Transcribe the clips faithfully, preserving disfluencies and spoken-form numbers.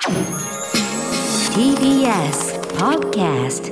ティービーエス Podcast。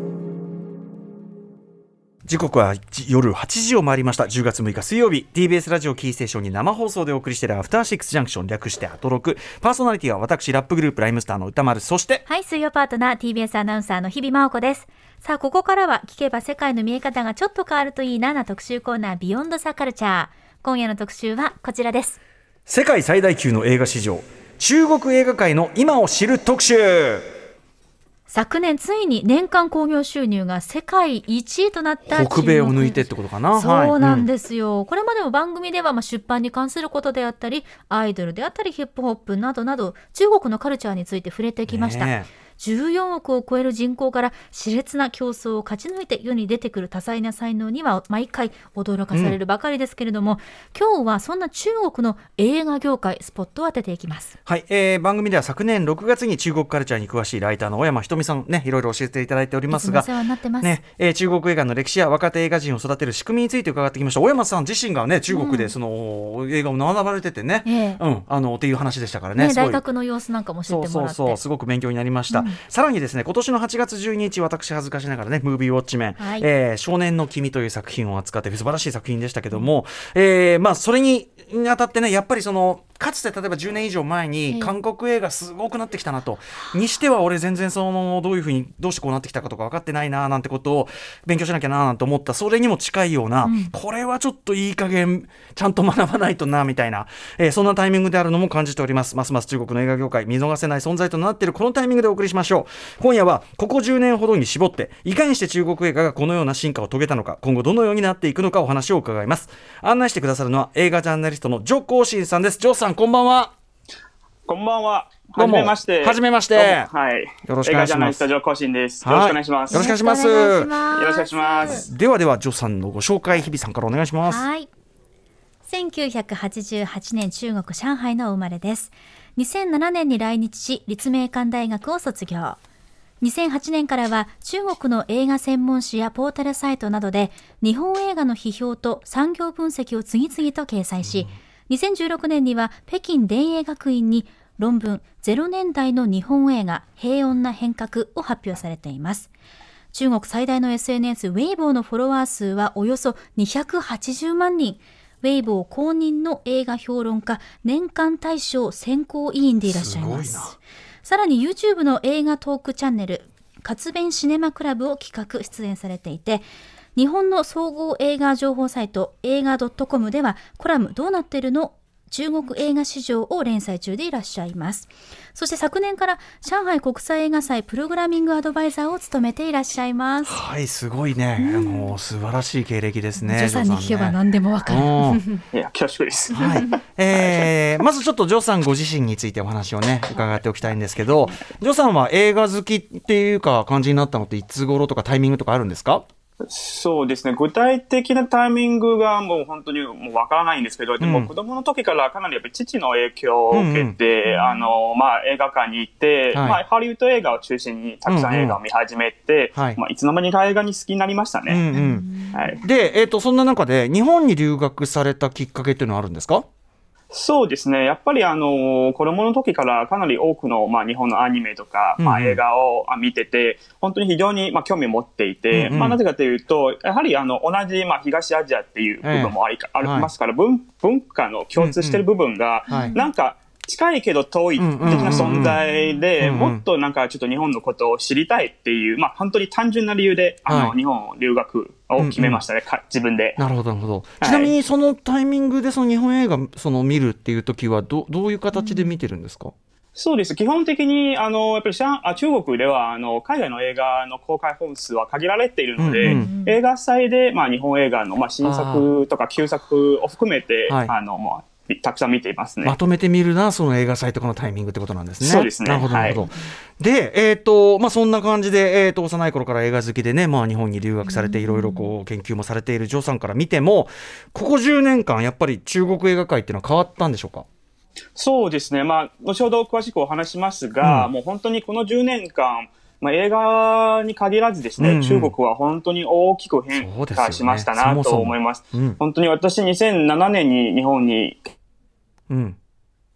時刻は夜はちじを回りました。じゅうがつむいか水曜日、 ティービーエス ラジオキーステーションに生放送でお送りしているアフターシックスジャンクション、略してアトロク。パーソナリティは私ラップグループライムスターの歌丸、そしてはい、水曜パートナー ティービーエス アナウンサーの日々真央子です。さあ、ここからは聞けば世界の見え方がちょっと変わるといいなな特集コーナー、ビヨンドザカルチャー。今夜の特集はこちらです。 世界最大級の映画市場、中国映画界の今を知る特集。 昨年ついに年間興行収入が世界いちいとなった北米を抜いてってことかな。 そうなんですよ、はい、うん、これまでも番組ではまあ出版に関することであったり、アイドルであったり、ヒップホップなどなど中国のカルチャーについて触れてきました、ね、じゅうよんおくを超える人口から熾烈な競争を勝ち抜いて世に出てくる多彩な才能には毎回驚かされるばかりですけれども、うん、今日はそんな中国の映画業界スポットを当てていきます。 はい、えー、番組では昨年ろくがつに中国カルチャーに詳しいライターの小山ひとみさんね、いろいろ教えていただいておりますが、 いつもお世話になってます、 ね、えー、中国映画の歴史や若手映画人を育てる仕組みについて伺ってきました。小山さん自身がね、中国でその、うん、映画を学ばれててね、えー、うん、あのっていう話でしたからね、 ね、大学の様子なんかも知ってもらって、 そうそうそう、すごく勉強になりました、うん、さらにですね、今年のはちがつじゅうににち、私恥ずかしながらね、ムービーウォッチメン、はい、えー、少年の君という作品を扱って素晴らしい作品でしたけども、うん、えー、まあそれにあたってね、やっぱりそのかつて例えばじゅうねん以上前に韓国映画すごくなってきたなと、えー、にしては俺全然そのどういうふうにどうしてこうなってきたかとか分かってないななんてことを勉強しなきゃななんて思った。それにも近いような、うん、これはちょっといい加減ちゃんと学ばないとなみたいな、えー、そんなタイミングであるのも感じております。ますます中国の映画業界見逃せない存在となっているこのタイミングでお送りしましょう。今夜はここじゅうねんほどに絞っていかにして中国映画がこのような進化を遂げたのか、今後どのようになっていくのかお話を伺います。案内してくださるのは映画ジャーナリストのジョ・コウシンさんです。ジョさん、こんばんは。 こんばんは。はじめまして。 はじめまして。 はい。 よろしくお願いします。映画ジャーナリストジョ・コウシンです。よろしくお願いします。 よろしくお願いします。 よろしくお願いします。 ではでは、ジョさんのご紹介、日々さんからお願いします。 はい。せんきゅうひゃくはちじゅうはちねん、中国上海の生まれです。にせんななねんに来日し、立命館大学を卒業。にせんはちねんからは中国の映画専門誌やポータルサイトなどで日本映画の批評と産業分析を次々と掲載し、にせんじゅうろくねんには北京電影学院に論文ゼロねんだいの日本映画平穏な変革を発表されています。中国最大の エスエヌエス ウェイボーのフォロワー数はおよそにひゃくはちじゅうまんにん。ウェイボー公認の映画評論家年間大賞選考委員でいらっしゃいます。すごいな。さらに YouTube の映画トークチャンネル活弁シネマクラブを企画出演されていて、日本の総合映画情報サイト映画 .com ではコラムどうなってるの中国映画市場を連載中でいらっしゃいます。そして昨年から上海国際映画祭プログラミングアドバイザーを務めていらっしゃいます。 はい、すごいね、うん、あの素晴らしい経歴ですね。 ジョさんに聞けば何でもわかる。 いや、恐縮です。 はい、えー、まずちょっとジョさんご自身についてお話をね伺っておきたいんですけど、ジョさんは映画好きっていうか感じになったのっていつ頃とかタイミングとかあるんですか？ そうですね。具体的なタイミングがもう本当にもうわからないんですけど、うん、でも子供の時からかなりやっぱり父の影響を受けて、うんうん、あの、まあ映画館に行って、はい、まあハリウッド映画を中心にたくさん映画を見始めて、うんうん、まあいつの間にか映画に好きになりましたね。うんうん、はい、 で、えっと、そんな中で日本に留学されたきっかけっていうのはあるんですか？ そうですね。やっぱりあの、子供の時からかなり多くの、まあ日本のアニメとか、まあ映画を見てて、本当に非常に、まあ興味を持っていて、うんうん、まあなぜかというと、やはりあの、同じ、まあ東アジアっていう部分もあり、えー、ありますから、はい、文、文化の共通している部分が、うんうん、はい、なんか、近いけど遠い的な存在で、もっとなんかちょっと日本のことを知りたいっていう、まあ本当に単純な理由で、あの、はい、日本留学を決めましたね、うんうん、自分で。 なるほど、なるほど。ちなみにそのタイミングでその日本映画その見るっていう時はど、どういう形で見てるんですか？うん、 そうです。基本的に、あの、やっぱりあ中国では、あの、海外の映画の公開本数は限られているので、うんうん、映画祭で、まあ日本映画の、まあ新作とか旧作を含めて、あ、あの、まあ、たくさん見ていますね。 まとめてみるな、その映画祭とかのタイミングってことなんですね。 そうですね。 なるほど、なるほど。はい、で、えっ、ー、と、まあ、そんな感じで、えっ、ー、と、幼い頃から映画好きでね、まあ、日本に留学されて、いろいろこう、研究もされているジョさんから見ても、ここじゅうねんかん、やっぱり中国映画界っていうのは変わったんでしょうか？ そうですね。まあ、後ほど詳しくお話しますが、うん、もう本当にこのじゅうねんかん、まあ、映画に限らずですね、うんうん、中国は本当に大きく変化しましたな、ね、と思います。そもそも、うん、本当に私にせんななねんに日本にうん、あ、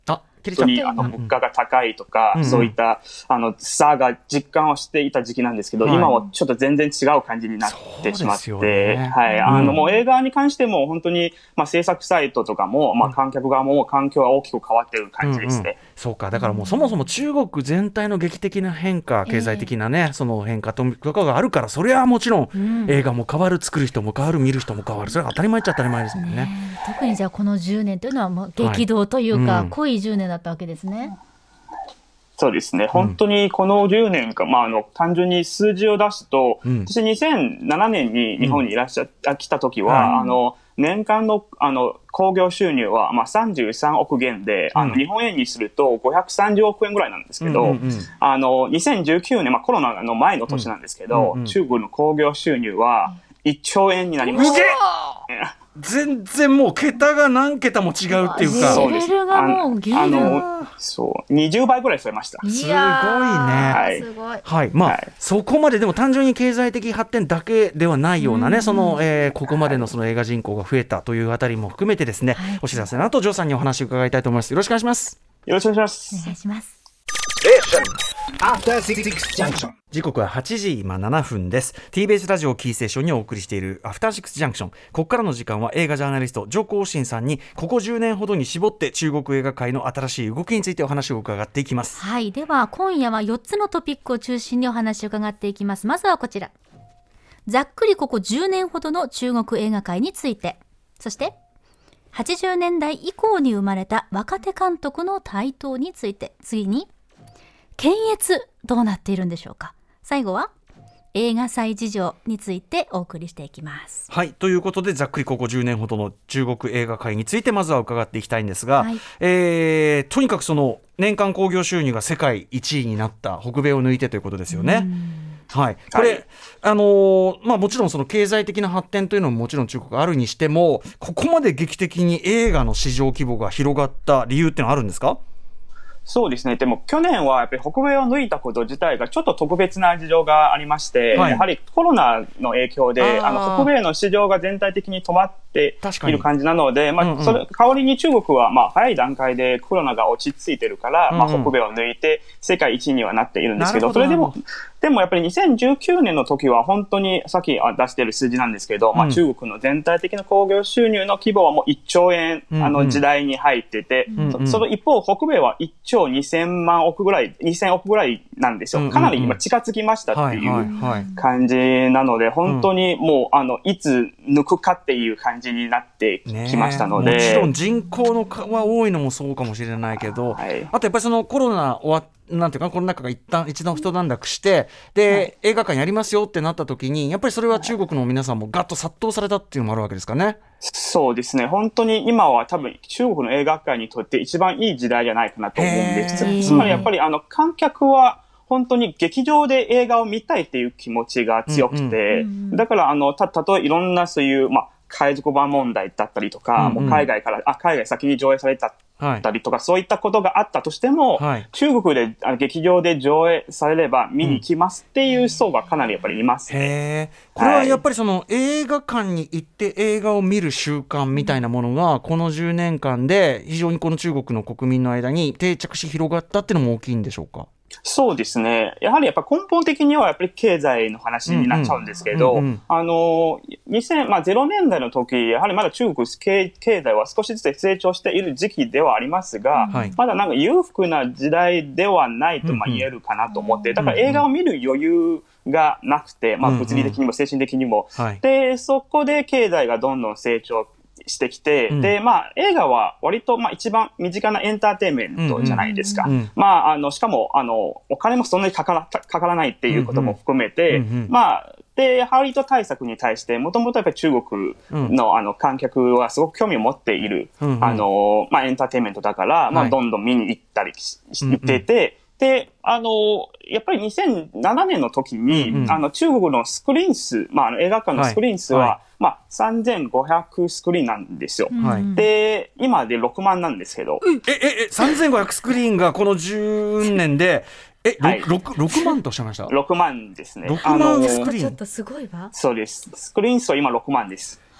本当にあの物価が高いとか、うん、そういったあの差が実感をしていた時期なんですけど、はい、今はちょっと全然違う感じになってしまって、ね、はい、あのもう映画に関しても本当に、まあ、制作サイトとかも、まあ、観客側も環境は大きく変わっている感じですね、うんうん、 そうか、だからもうそもそも中国全体の劇的な変化、経済的なね、えー、その変化とかがあるから、それはもちろん、うん、映画も変わる、作る人も変わる、見る人も変わる、それは当たり前っちゃ当たり前ですもんね。ね、 特にじゃあこのじゅうねんというのはもう激動というか、はい、うん、濃いじゅうねんだったわけですね。 そうですね、本当にこのじゅうねんか、まあ、あの単純に数字を出すと、うん、私にせんななねんに日本にいらっしゃ、うん、来た時は、うん、あの年間のあの興行収入は、まあ、さんじゅうさんおくげんで、うん、あの日本円にするとごひゃくさんじゅうおくえんぐらいなんですけど、うんうんうん、あのにせんじゅうきゅうねん、まあ、コロナの前の年なんですけど、うんうんうん、中国の興行収入はいっちょうえんになりました。 全然もう桁が何桁も違うっていうか、 レベルがもうギリ、 あのそうにじゅうばいぐらい増えました。 すごいね、 はい、すごい、 はい、まあ、はい、そこまででも単純に経済的発展だけではないようなね、うん、その、えー、ここまでのその映画人口が増えたというあたりも含めてですね、はい、お知らせの後ジョーさんにお話を伺いたいと思います。よろしくお願いします。 よろしくお願いします。 お願いします。 時刻ははちじ今ななふんです。 ティービーエス ラジオキーステーションにお送りしているアフターシックスジャンクション。ここからの時間は映画ジャーナリストジョコウシンさんにここじゅうねんほどに絞って中国映画界の新しい動きについてお話を伺っていきます。 はい、では今夜はよっつのトピックを中心にお話を伺っていきます。まずはこちら、ざっくりここじゅうねんほどの中国映画界について、そしてはちじゅうねんだい以降に生まれた若手監督の台頭について、次に検閲どうなっているんでしょうか、最後は映画祭事情についてお送りしていきます。 はい、ということでざっくりここじゅうねんほどの中国映画界についてまずは伺っていきたいんですが、はい、えー、とにかくその年間興行収入が世界いちいになった北米を抜いてということですよね。はい、これ、はい、あのーまあ、もちろんその経済的な発展というのももちろん中国あるにしても、ここまで劇的に映画の市場規模が広がった理由ってのはあるんですか？ そうですね。でも去年はやっぱり北米を抜いたこと自体がちょっと特別な事情がありまして、はい、やはりコロナの影響であの北米の市場が全体的に止まっている感じなので、まあうんうん、それ代わりに中国はまあ早い段階でコロナが落ち着いてるから、うんうん、まあ、北米を抜いて世界一にはなっているんですけど、それでもでもやっぱりにせんじゅうきゅうねんの時は本当にさっき出している数字なんですけど、うん、まあ、中国の全体的な興行収入の規模はもういっちょうえん、うんうん、あの時代に入ってて、うんうん、その一方北米はいっちょうにせんまんおくぐらい、にせんおくぐらいなんですよ。かなり今近づきましたっていう感じなので、本当にもうあのいつ抜くかっていう感じになってきましたので、 もちろん人口のは多いのもそうかもしれないけど、はい、あとやっぱりそのコロナ終わってなんていうか、コロナ禍が一旦一度一段落してで、はい、映画館やりますよってなった時にやっぱりそれは中国の皆さんもガッと殺到されたっていうのもあるわけですかね。 そうですね。本当に今は多分中国の映画界にとって一番いい時代じゃないかなと思うんです。つまりやっぱりあの観客は本当に劇場で映画を見たいっていう気持ちが強くて、うんうん、だからあのたたとえいろんなそういう、まあ、海賊版問題だったりとか、うんうん、もう海外からあ海外先に上映されたたりとか、はい、そういったことがあったとしても、はい、中国であの劇場で上映されれば見に来ますっていう層がかなりやっぱりいます、ね。 へー、これはやっぱりその映画館に行って映画を見る習慣みたいなものがこのじゅうねんかんで非常にこの中国の国民の間に定着し広がったっていうのも大きいんでしょうか？ そうですね。やはりやっぱ根本的にはやっぱり経済の話になっちゃうんですけど、うんうん、あの、にせん、まあ、ゼロねんだいの時、やはりまだ中国経、経済は少しずつ成長している時期ではありますが、はい、まだなんか裕福な時代ではないとまあ言えるかなと思って、だから映画を見る余裕がなくて、まあ、物理的にも精神的にも、うんうん、で、そこで経済がどんどん成長してきて、うん、で、まあ、映画は割と、まあ、一番身近なエンターテインメントじゃないですか。うんうん、まあ、あの、しかも、あの、お金もそんなにかから、かからないっていうことも含めて、うんうん、まあ、で、ハリウッド対策に対して、もともとやっぱり中国の、うん、あの、観客はすごく興味を持っている、うんうん、あの、まあ、エンターテインメントだから、まあ、どんどん見に行ったりしてて、うんうん、で、あの、やっぱりにせんななねんの時に、うんうん、あの、中国のスクリーン数、まあ、あの映画館のスクリーン数は、はいはい、まあ、さんぜんごひゃくスクリーンなんですよ。はい、で、今でろくまんなんですけど。 え、え、え、さんぜんごひゃくスクリーンがこのじゅうねんで、え、はい、ろく, ろくまんとおっしゃいました？ ろくまんですね。 ろくまんスクリーン。 ちょっとすごいわ。 そうです。スクリーン数は今ろくまんです。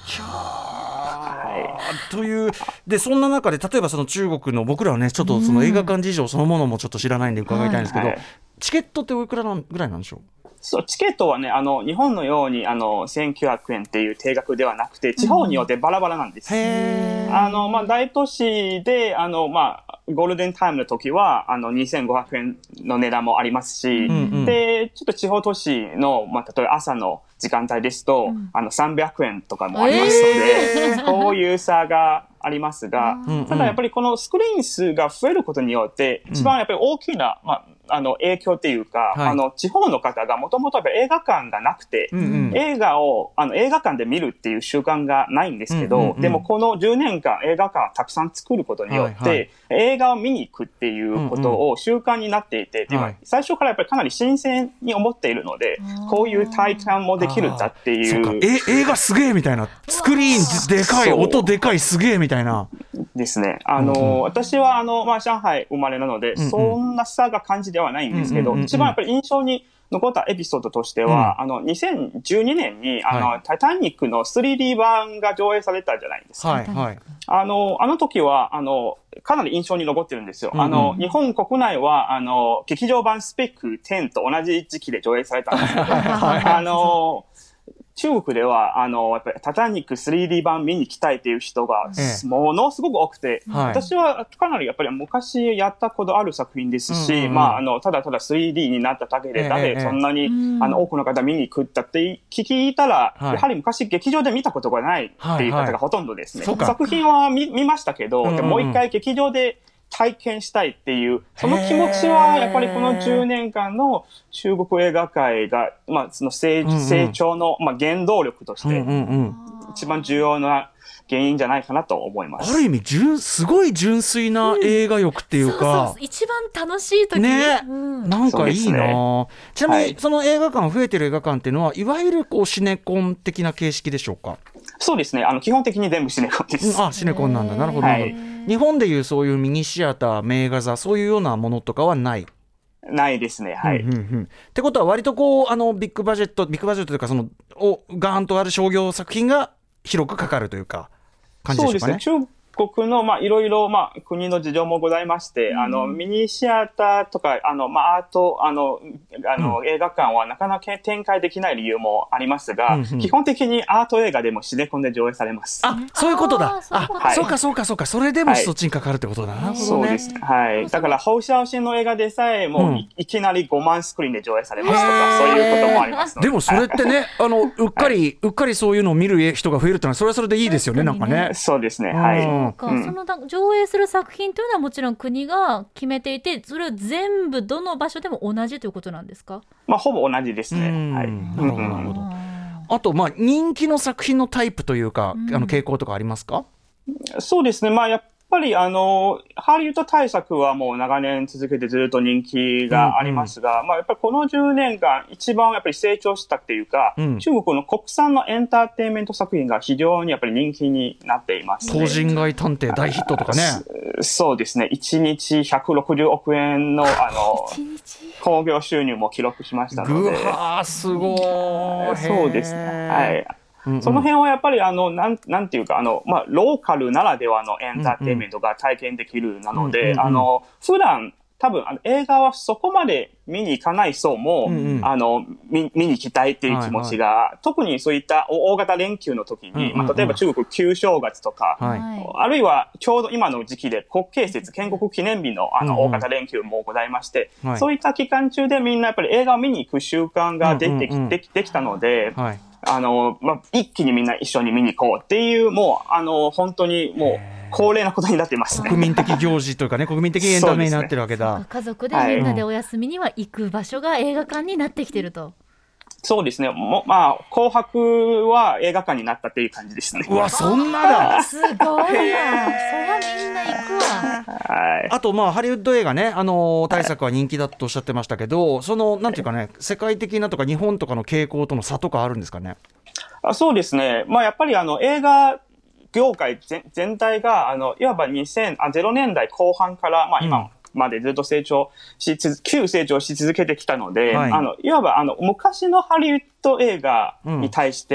はい、というでそんな中で例えばその中国の僕らはねちょっとその映画館事情そのものもちょっと知らないんで伺いたいんですけど、はいはい、チケットっておいくらぐらいなんでしょう？ そうチケットはねあの日本のようにあのせんきゅうひゃくえんっていう定額ではなくて地方によってバラバラなんです、うん、へあの、まあ、大都市であの、まあ、ゴールデンタイムの時はあのにせんごひゃくえんの値段もありますし、うんうん、でちょっと地方都市の、まあ、例えば朝の時間帯ですと、うん、あのさんびゃくえんとかもありますので、えー、こういう差がありますが、うんうん、ただやっぱりこのスクリーン数が増えることによって一番やっぱり大きな、まああの影響っていうか、はい、あの地方の方がもともと映画館がなくて、うんうん、映画をあの映画館で見るっていう習慣がないんですけど、うんうんうん、でもこのじゅうねんかん映画館をたくさん作ることによって、はいはい、映画を見に行くっていうことを習慣になっていて、うんうん、最初からやっぱりかなり新鮮に思っているので、はい、こういう体感もできるんだっていう。 え映画すげえみたいな、スクリーンでかい、音でかいすげえみたいな。 ですね。あの、うんうん、私はあの、まあ、上海生まれなので、うんうん、そんな差が感じではないんですけど、うんうんうんうん、一番やっぱり印象に残ったエピソードとしては、うん、あの、にせんじゅうにねんに、あの、はい、タイタニックの スリーディー 版が上映されたじゃないですか。はいはい、あの、あの時は、あの、かなり印象に残ってるんですよ。うんうん、あの、日本国内は、あの、劇場版スペックテンと同じ時期で上映されたんですけど、あの、中国では、あの、やっぱりタイタニック スリーディー 版見に来たいっていう人が、ものすごく多くて、ええ、私はかなりやっぱり昔やったことある作品ですし、うんうん、まあ、あの、ただただ スリーディー になっただけで、誰、そんなに、ええ、あの、多くの方見に来ったって聞いたら、はい、やはり昔劇場で見たことがないっていう方がほとんどですね。はいはい、作品は 見, 見ましたけど、うんうん、もう一回劇場で体験したいっていう、その気持ちはやっぱりこのじゅうねんかんの中国映画界が、まあ、その 成,、うんうん、成長の、まあ、原動力として、一番重要な原因じゃないかなと思います。 ある意味、純すごい純粋な映画欲っていうか、うん、そうそう一番楽しい時ね、うん、なんかいいな、ね、ちなみに、はい、その映画館増えてる映画館っていうのはいわゆるこうシネコン的な形式でしょうか？ そうですね、あの基本的に全部シネコンです。 あ、シネコンなんだ。なるほど、はい、日本でいうそういうミニシアター、名画座、そういうようなものとかはない？ ないですね。はい。 うんうんうん、ってことは割とこうあのビッグバジェットビッグバジェットというかそのおガーンとある商業作品が広くかかるというか感じでしょうかね。 そうですね。中国のまあいろいろまあ国の事情もございまして、うん、あのミニシアターとかあのまあアートあのあの、うん、映画館はなかなか展開できない理由もありますが、うんうん、基本的にアート映画でもシネコンで上映されます。 あ、そういうことだ。あ、はい、そうかそうかそうか。それでもそっちにかかるってことだな。はい、 そうです。はい。だからホウシャオシンの映画でさえもう い,、うん、いきなりごまんスクリーンで上映されますとかそういうこともありますので。 でもそれってね、あのうっかり、はい、うっかりそういうのを見る人が増えるってのはそれはそれでいいですよね。なんかね。 そうですね。はい。 うんその上映する作品というのはもちろん国が決めていて、それを全部どの場所でも同じということなんですか？ まあ、ほぼ同じですね。はい、 なるほどなるほど。あと、まあ、人気の作品のタイプというか、うん、あの傾向とかありますか？ そうですね、まあ、やっぱりあのハリウッド大作はもう長年続けてずっと人気がありますが、うんうんまあ、やっぱりこのじゅうねんかん一番やっぱり成長したっていうか、うん、中国の国産のエンターテインメント作品が非常にやっぱり人気になっています、ね。東人街探偵大ヒットとかね。 そうですね、いちにちひゃくろくじゅうおくえんのあの興行収入も記録しましたので。 うわーすごい。 そうですね。はい。うんうん、その辺はやっぱりあのなんなんていうかあのまあローカルならではのエンターテインメントが体験できるなので、うんうん、あの普段多分あの映画はそこまで見に行かない層も、うんうん、あの 見, 見に行きたいっていう気持ちが、はいはい、特にそういった大型連休の時に、うんうんうんまあ、例えば中国旧正月とか、はい、あるいはちょうど今の時期で国慶節建国記念日のあの大型連休もございまして、うんうん、そういった期間中でみんなやっぱり映画を見に行く習慣が出てき、うんうんうん、できできたので、はいあの、まあ、一気にみんな一緒に見に行こうっていう、もう、あの、本当にもう、恒例なことになっていますね。 国民的行事というかね、国民的エンタメになってるわけだ。 ね、家族でみんなでお休みには行く場所が映画館になってきてると。 そうですね。もまあ、紅白は映画館になったっていう感じですね。 うわ、そんなだ。 すごいな。そりゃみんな行くわ。 はい。 あと、まあ、ハリウッド映画ね、あのー、大作は人気だとおっしゃってましたけど、はい、その、なんていうかね、世界的なとか日本とかの傾向との差とかあるんですかね。 あそうですね。まあ、やっぱりあの、映画業界全、全体が、あの、いわばにせん、あ、ゼロねんだいこう半から、まあ、今、うんまでずっと成長しつ、急成長し続けてきたので、はい、あの、いわばあの、昔のハリウッド映画に対して、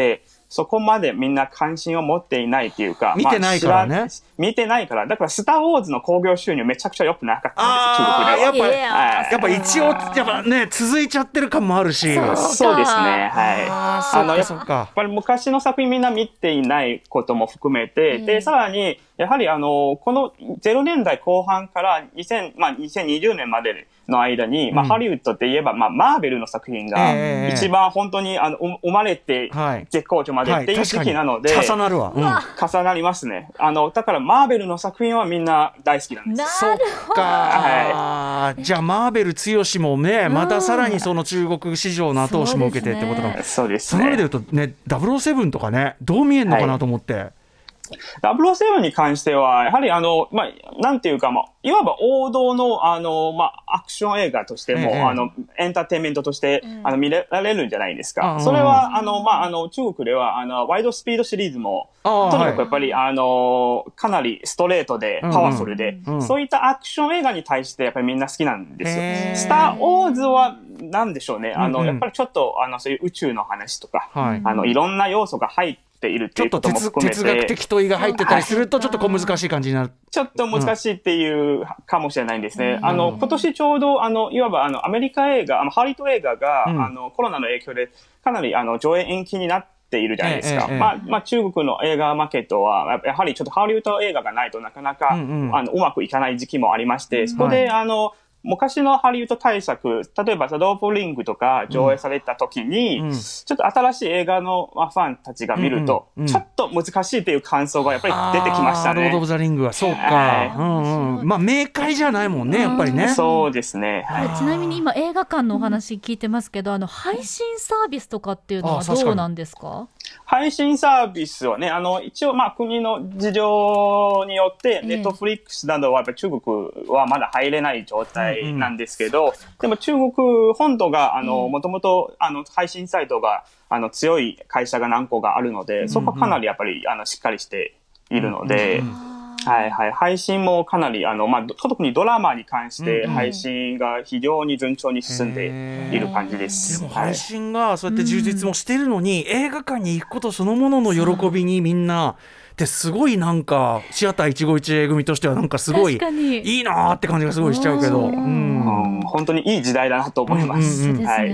そこまでみんな関心を持っていないっていうか、 見てないからね、まあ、 見てないから、だからスター・ウォーズの興行収入めちゃくちゃ良くなかったんです、 中国では。やっぱ、やっぱ一応やっぱね続いちゃってる感もあるし。 そう、そうですね、はい。ああのやっぱり昔の作品みんな見ていないことも含めて、でさらにやはりあのこのゼロねんだいこう半からにせん、まあ、にせんにじゅうねんまでの間に、まあ、ハリウッドって言えば、まあ、マーベルの作品が一番本当にあの生まれて絶好調までっていう時期なので、 はいはい、重なるわ、うん、 重なりますね。あのだからマーベルの作品はみんな大好きなんです。 そっか、はい、じゃあマーベル強しもねまたさらにその中国市場の後押しも受けてってことかも。 そうですね。 その意味で言うとねダブルオーセブンとかねどう見えるのかなと思って、はい、 ダブルオーセブンに関しては、やはりあの、まあ、なんていうか、まあ、いわば王道の、あの、まあ、アクション映画としても、ええ、あの、エンターテインメントとして、うん、あの、見られるんじゃないですか。うん、それは、あの、まあ、あの、中国では、あの、ワイドスピードシリーズも、とにかくやっぱり、はい、あの、かなりストレートで、パワフルで、うんうん、そういったアクション映画に対して、やっぱりみんな好きなんですよ。スター・ウォーズは、なんでしょうね。あの、うんうん、やっぱりちょっと、あの、そういう宇宙の話とか、はい、あの、いろんな要素が入って、ているっていうことも含めてちょっと 哲, 哲学的問いが入ってたりするとちょっとこう難しい感じになる、 ちょっと難しいっていうかもしれないんですね、うん、あの今年ちょうどあのいわばあのアメリカ映画あのハリウッド映画が、うん、あのコロナの影響でかなりあの上映延期になっているじゃないですか、ええええまあまあ、中国の映画マーケットはやはりちょっとハリウッド映画がないとなかなか、うんうん、あのうまくいかない時期もありまして、そこで、はい、あの昔のハリウッド大作、例えばザ・ロープリングとか上映された時に、うんうん、ちょっと新しい映画のファンたちが見ると、うんうん、ちょっと難しいという感想がやっぱり出てきましたね。 ロード・オブ・ザ・リングはそうか、はいうんうん、まあ明快じゃないもんねやっぱりね。 そうですね、 はい、ちなみに今映画館のお話聞いてますけど、あの配信サービスとかっていうのはどうなんですか？ 配信サービスはね、あの、一応、まあ、国の事情によって、ネットフリックスなどは、やっぱり中国はまだ入れない状態なんですけど、うんうん、でも中国本土が、あの、もともと、あの、配信サイトが、あの、強い会社が何個かあるので、そこはかなりやっぱり、あの、しっかりしているので、うんうんうんはいはい、配信もかなりあの、まあ、特にドラマに関して配信が非常に順調に進んでいる感じです、 うん、でも配信がそうやって充実もしてるのに、うん、映画館に行くことそのものの喜びにみんなってすごいなんかシアター一期一会組としてはなんかすごいいいなって感じがすごいしちゃうけど、うんうん、本当にいい時代だなと思います、うんうんはい、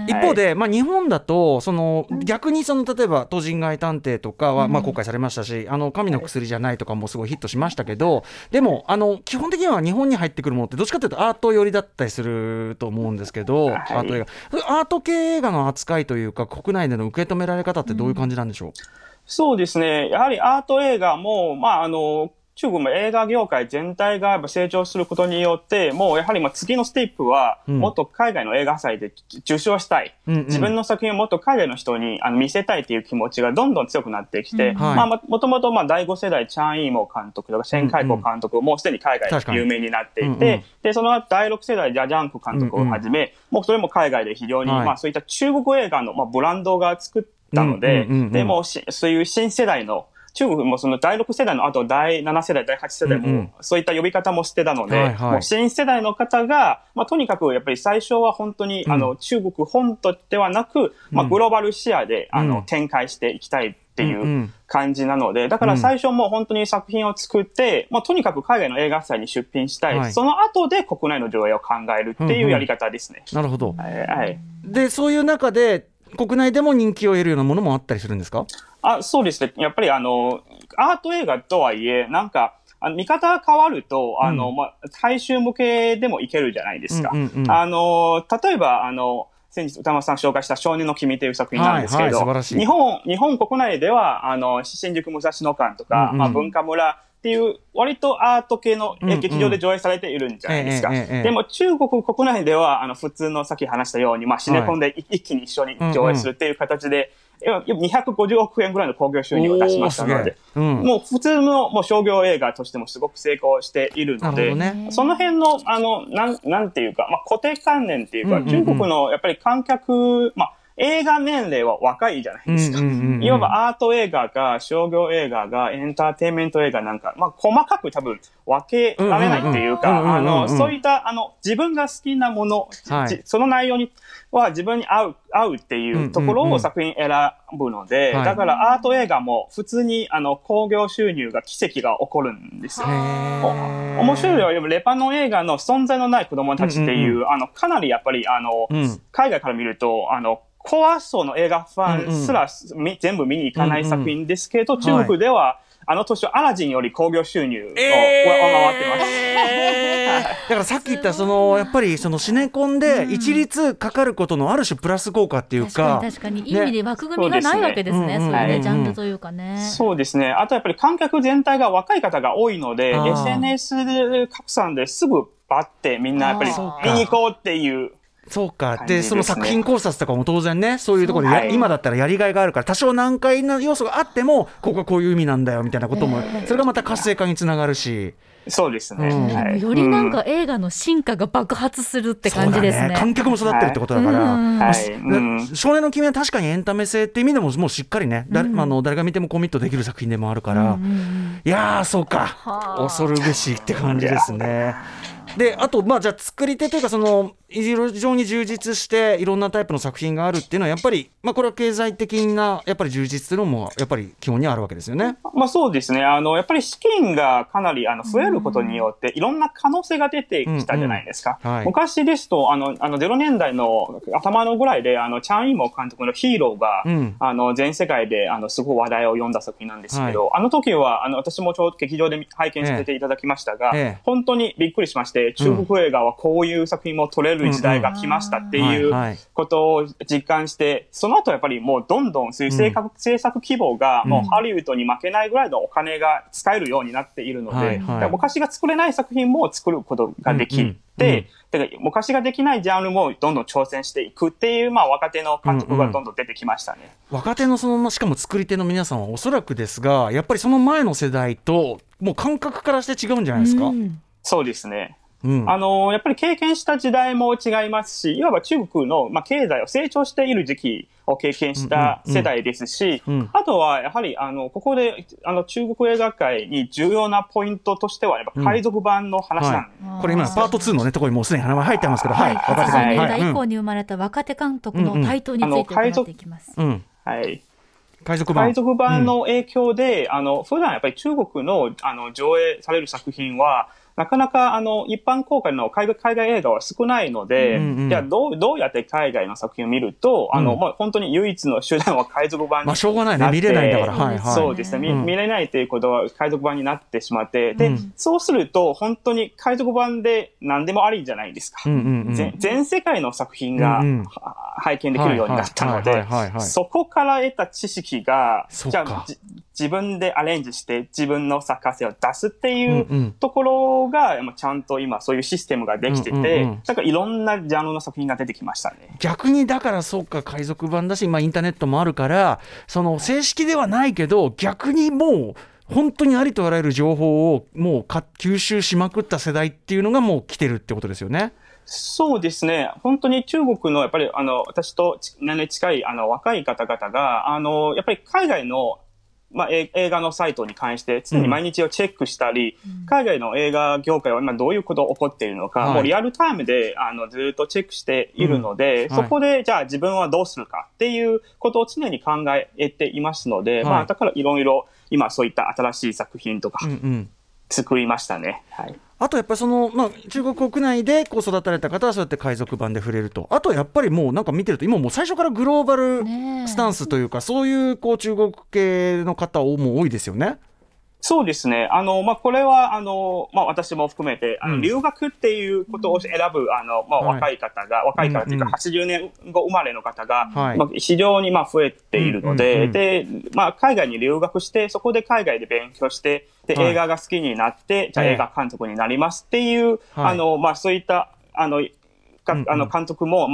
一方で、まあ、日本だとその逆にその例えば都人街探偵とかは、まあ、公開されましたし、あの神の薬じゃないとかもすごいヒットしましたけど、でもあの基本的には日本に入ってくるものってどっちかというとアート寄りだったりすると思うんですけど、はい、アート映画アート系映画の扱いというか国内での受け止められ方ってどういう感じなんでしょう？うんそうですね。やはりアート映画も、まあ、あの、中国も映画業界全体がやっぱ成長することによって、もうやはりまあ次のステップは、もっと海外の映画祭で受賞したい。うんうん、自分の作品をもっと海外の人にあの見せたいという気持ちがどんどん強くなってきて、うんはい、まあ、もともとまあだいご世代チャン・イーモー監督とかシェン・カイコ監督もうすでに海外で有名になっていて、うんうん、で、その後だいろく世代ジャ・ジャンク監督をはじめ、うんうん、もうそれも海外で非常に、はい、まあそういった中国映画のまあブランドが作ってたので、うんうんうんうん、でもそういう新世代の中国もそのだいろく世代の後だいなな世代だいはち世代もそういった呼び方もしてたので、うんうんはいはい、もう新世代の方が、まあ、とにかくやっぱり最初は本当に、うん、あの中国本土ではなく、まあ、グローバル視野で、うん、あの展開していきたいっていう感じなので、だから最初もう本当に作品を作って、まあ、とにかく海外の映画祭に出品したい、はい、その後で国内の上映を考えるっていうやり方ですね、 うんうん、なるほど、 はいはい、 でそういう中で国内でも人気を得るようなものもあったりするんですか？ あ、そうですね。やっぱりあの、アート映画とはいえ、なんか、あの見方が変わると、あの、うん、まあ、大衆向けでもいけるじゃないですか。うんうんうん、あの、例えば、あの、先日歌丸さん紹介した少年の君という作品なんですけど、はいはい、日本、日本国内では、あの、新宿武蔵野館とか、うんうん、まあ、文化村っていう割とアート系の劇場で上映されているんじゃないですか。うんうん、でも中国国内では、あの、普通のさっき話したように、まあ、シネコンで一気に一緒に上映するっていう形で、はいうんうん、にひゃくごじゅうおくえんぐらいの興行収入を出しましたので、うん、もう普通のもう商業映画としてもすごく成功しているので、ね、その辺の、あの、なん、なんていうか、まあ、固定観念っていうか、うんうんうん、中国のやっぱり観客、まあ、 映画年齢は若いじゃないですか。いわばアート映画が、商業映画が、エンターテインメント映画なんか、まあ、細かく多分分けられないっていうか、あの、そういった、あの、自分が好きなもの、はい、その内容には自分に合う、合うっていうところを作品選ぶので、だからアート映画も普通に、あの、興行収入が奇跡が起こるんですよ。面白いのは、レバノン映画の存在のない子供たちっていう、うんうんうん、あの、かなりやっぱり、あの、うん、海外から見ると、あの、コア層の映画ファンすら、うんうん、全部見に行かない作品ですけど、うんうん、中国では、はい、あの年アラジンより興行収入を上回ってます。 えー、だからさっき言ったそのやっぱりそのシネコンで一律かかることのある種プラス効果っていうか、 確かに確かにいい意味で枠組みがないわけですね。そういうねジャンルというかね。 そうですね。あとやっぱり観客全体が若い方が多いので エスエヌエス 拡散ですぐバッてみんなやっぱり見に行こうっていう。 そうか。で、その作品考察とかも当然ね、そういうところで、はい、今だったらやりがいがあるから、多少難解な要素があっても、ここはこういう意味なんだよみたいなことも、それがまた活性化につながるし。 そうですね、うんはい、よりなんか映画の進化が爆発するって感じですね。 ね、観客も育ってるってことだから、はいうん、少年の君は確かにエンタメ性って意味でももうしっかりね、誰、うん、あの誰が見てもコミットできる作品でもあるから、うん、いやーそうか恐るべしって感じですね。であとまあじゃあ作り手というかその非常に充実していろんなタイプの作品があるっていうのはやっぱり、まあ、これは経済的なやっぱり充実というのもやっぱり基本にあるわけですよね。 まあそうですね。あのやっぱり資金がかなりあの増えることによっていろんな可能性が出てきたじゃないですか。うんうんはい、昔ですとあのあのゼロねんだいの頭のぐらいであのチャン・イモ監督のヒーローが、うん、あの全世界であのすごい話題を呼んだ作品なんですけど、はい、あの時はあの私もちょうど劇場で拝見させていただきましたが、ええ、本当にびっくりしまして、中国映画はこういう作品も撮れる時代が来ましたっていうことを実感して、その後やっぱりもうどんどんそういう制作、うん、制作規模がもうハリウッドに負けないぐらいのお金が使えるようになっているので、はいはい、昔が作れない作品も作ることができて、うんうんうんだから昔ができないジャンルもどんどん挑戦していくっていう、まあ、若手の監督がどんどん出てきましたね。 うんうん、若手のそのしかも作り手の皆さんはおそらくですがやっぱりその前の世代ともう感覚からして違うんじゃないですか。うん、 そうですね。うん、あのやっぱり経験した時代も違いますし、いわば中国の、まあ、経済を成長している時期を経験した世代ですし、うんうんうん、あとはやはりあのここであの中国映画界に重要なポイントとしてはやっぱ海賊版の話なんです、 うんはい、これ今パートツーの、ね、ところにもうすでに名前入ってますけど、はいはい、 はちじゅうねんだい以降に生まれた若手監督の台頭について伺っていきます。 はい海賊版海賊版の影響で、うん、あの普段やっぱり中国のあの上映される作品はなかなかあの一般公開の海外、海外映画は少ないので、うんうん、じゃあどう、どうやって海外の作品を見ると、あの、うん、まあ、本当に唯一の手段は海賊版になって、 まあ、しょうがないね、見れないんだから、はいはい。 そうですね、うん、見れないということは海賊版になってしまって、で、うん、そうすると本当に海賊版で何でもありじゃないですか。うんうんうん、全世界の作品が、うんうん、拝見できるようになったので、そこから得た知識が、じゃあ自分でアレンジして自分の作家性を出すっていうところが、うんうん、ちゃんと今そういうシステムができてて、うんうんうん、だからいろんなジャンルの作品が出てきましたね。 逆にだからそうか海賊版だし、まあ、インターネットもあるからその正式ではないけど逆にもう本当にありとあらゆる情報をもう吸収しまくった世代っていうのがもう来てるってことですよね。 そうですね。本当に中国のやっぱりあの私と年齢近いあの若い方々があのやっぱり海外のまあ、映画のサイトに関して常に毎日をチェックしたり、うん、海外の映画業界は今どういうことが起こっているのか、はい、もうリアルタイムであのずっとチェックしているので、うんはい、そこでじゃあ自分はどうするかっていうことを常に考えていますので、はいまあ、だからいろいろ今そういった新しい作品とか作りましたね。うんうんはいあとやっぱりその、まあ、中国国内でこう育たれた方はそうやって海賊版で触れるとあとやっぱりもうなんか見てると今もう最初からグローバルスタンスというかそういうこう中国系の方も多いですよね。 そうですね。あの、まあ、これは、あの、まあ、私も含めて、あの、うん、留学っていうことを選ぶ、あの、まあ、若い方が、はい、若い方っていうか、はちじゅうねんご生まれの方が、はいまあ、非常に、まあ、増えているので、うんうんうん、で、まあ、海外に留学して、そこで海外で勉強して、で、映画が好きになって、はい、じゃあ映画監督になりますっていう、はい、あの、まあ、そういった、あの、かあの監督も、まあ、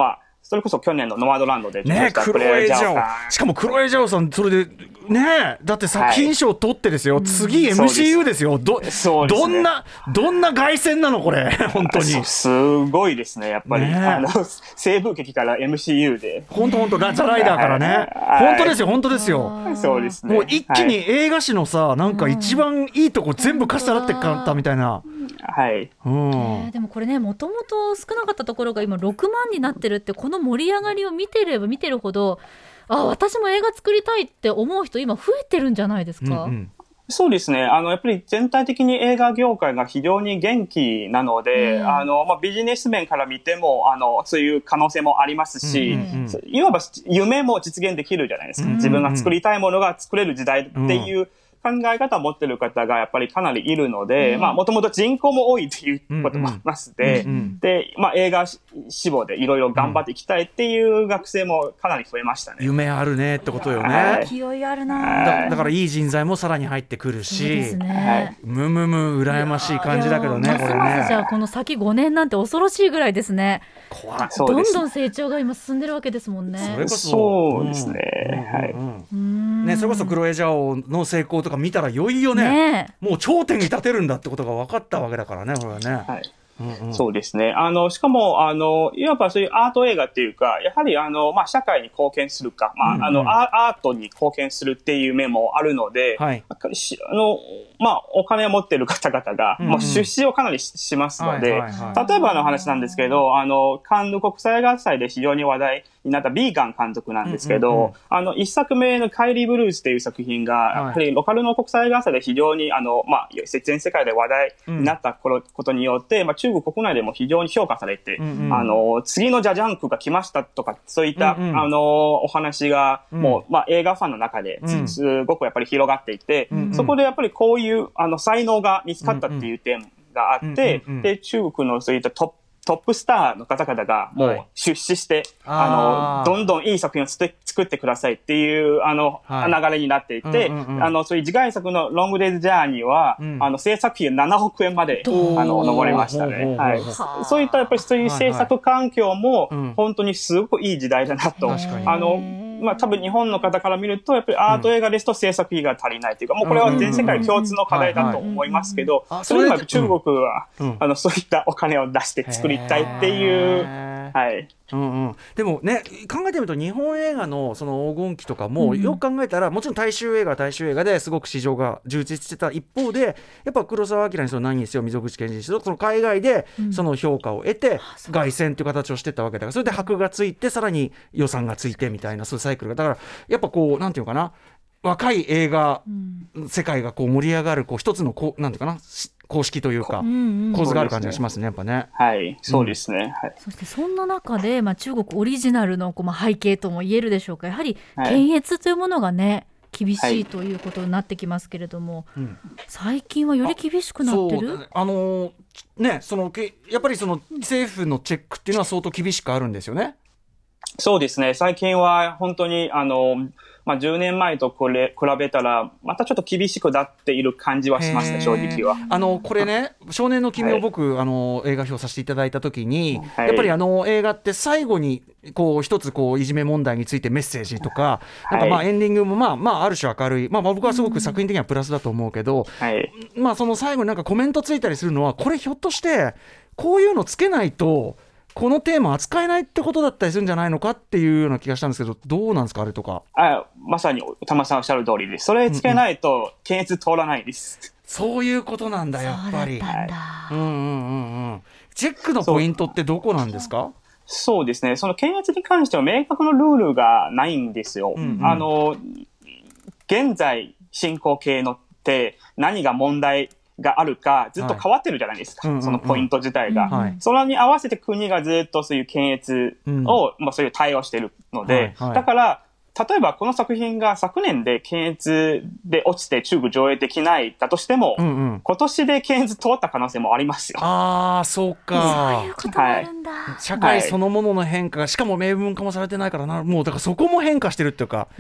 それこそ去年のノマドランドで受賞したクロエ・ジャオ、しかもクロエ・ジャオさんそれでね、だって作品賞取ってですよ、はい、次 エムシーユー ですよ。ど, そうです、ね、どんなどんな凱旋なのこれ本当にすごいですねやっぱり、ね、あの西部劇から エムシーユー で本当本当ザ・ライダーからね、はい、本当ですよ本当ですよ。 そうですね、 もう一気に映画史のさ、はい、なんか一番いいとこ全部貸したらってかったみたいな、 はい、 うん、えー、でもこれねもともと少なかったところが今ろくまんになってるって、この盛り上がりを見てれば見てるほど、あ私も映画作りたいって思う人今増えてるんじゃないですか。うんうん、 そうですね、あのやっぱり全体的に映画業界が非常に元気なので、うん、あのまあ、ビジネス面から見てもあのそういう可能性もありますし、うんうんうん、いわば夢も実現できるじゃないですか、うんうんうん、自分が作りたいものが作れる時代っていう、うん考え方を持っている方がやっぱりかなりいるので、うん、まあもともと人口も多いということもありますで、うんうん、で、まあ映画志望でいろいろ頑張っていきたいっていう学生もかなり増えましたね。 夢あるねってことよね。 はい、勢いあるな。 だ, だからいい人材もさらに入ってくるし、ですね、むむむ羨ましい感じだけどね、これね。 じゃあこの先ごねんなんて恐ろしいぐらいですね。 怖い。 どんどん成長が今進んでるわけですもんね。 それこそそうですね。はい。 うんうんね、それこそクロエ・ジャオの成功とか見たらいよいよね、ねもう頂点に立てるんだってことが分かったわけだからね、これはね。 はい。うんうん、そうですね。あの、しかも、あの、いわばそういうアート映画っていうか、やはりあの、まあ、社会に貢献するか、まあ、うんうん、あのア、アートに貢献するっていう面もあるので、はい、あの、まあ、お金を持っている方々が、うんうん、もう出資をかなり し, しますので、はいはいはい、例えばの話なんですけど、あの、カンヌ国際映画祭で非常に話題になったビーガン監督なんですけど、うんうんうん、あの、一作目のカイリー・ブルースっていう作品が、はい、やっぱりローカルの国際映画祭で非常に、あの、まあ、全世界で話題になったことによって、うん、まあ、中国国内でも非常に評価されて、うんうん、あの、次のジャジャンクが来ましたとか、そういった、うんうん、あの、お話が、もう、うん、まあ、映画ファンの中で、すごくやっぱり広がっていて、うんうん、そこでやっぱりこういう、あの、才能が見つかったっていう点があって、うんうん、で、中国のそういったトップ、トップスターの方々がもう出資して、はい、あの、どんどんいい作品を作ってくださいっていう、あの、はい、流れになっていて、うんうんうん、あの、そういう次回作のロングデイズジャーニーは、うん、あの、制作費ななおくえんまで、あの、上りましたね。はい。そういったやっぱりそういう制作環境も、本当にすごくいい時代だなと。はいはい、あの、まあ、多分日本の方から見ると、やっぱりアート映画ですと制作費が足りないというか、もうこれは全世界共通の課題だと思いますけど、それでも中国は、うん、あの、そういったお金を出して作りたいっていう、はい。 うんうん、でもね考えてみると日本映画のその黄金期とかもよく考えたら、うん、もちろん大衆映画大衆映画ですごく市場が充実してた一方でやっぱ黒澤明にその何にせよ溝口健二にせよその海外でその評価を得て、うん、凱旋という形をしてたわけだからそれで箔がついてさらに予算がついてみたいなそういうサイクルがだからやっぱこうなんていうかな若い映画、うん、世界がこう盛り上がるこう一つのこうなんていうかな公式というか、うんうん、構図がある感じがしますねやっぱね。 はいそうですね、うんはい、 そしてそんな中で、まあ、中国オリジナルのこう、まあ、背景とも言えるでしょうかやはり検閲というものがね、はい、厳しいということになってきますけれども、はい、最近はより厳しくなってるあ、あのー、ねそのやっぱりその政府のチェックっていうのは相当厳しくあるんですよね。 そうですね最近は本当にあのまあ、じゅうねんまえとこれ比べたらまたちょっと厳しくなっている感じはしますね正直は。 あのこれね少年の君を僕、はい、あの映画評させていただいた時に、はい、やっぱりあの映画って最後にこう一つこういじめ問題についてメッセージとか、はい、なんかまあエンディングもまあまあある種明るい、まあ、まあ僕はすごく作品的にはプラスだと思うけど、はい、まあその最後になんかコメントついたりするのはこれひょっとしてこういうのつけないとこのテーマ扱えないってことだったりするんじゃないのかっていうような気がしたんですけどどうなんですかあれとか。 あまさに玉さんおっしゃる通りです。それつけないと検閲通らないです、うんうん、 そういうことなんだやっぱり。うんうんうんうんチェックのポイントってどこなんですか。 そうですねその検閲に関しては明確なルールがないんですよ、うんうん、あの現在進行形のって何が問題があるかずっと変わってるじゃないですか、はい、そのポイント自体が、うんうん、それに合わせて国がずっとそういう検閲を、うんまあ、そういう対応してるので、はいはい、だから例えばこの作品が昨年で検閲で落ちて中国上映できないだとしても、うんうん、今年で検閲通った可能性もありますよ。 ああそうかそういうことがあるんだ、 はい、社会そのものの変化がしかも明文化もされてないからなもうだからそこも変化してるっていうか、うん、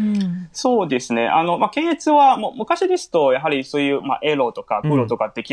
そうですねあの、まあ、検閲はもう昔ですとやはりそういう、まあ、エロとかグロとかできない、うん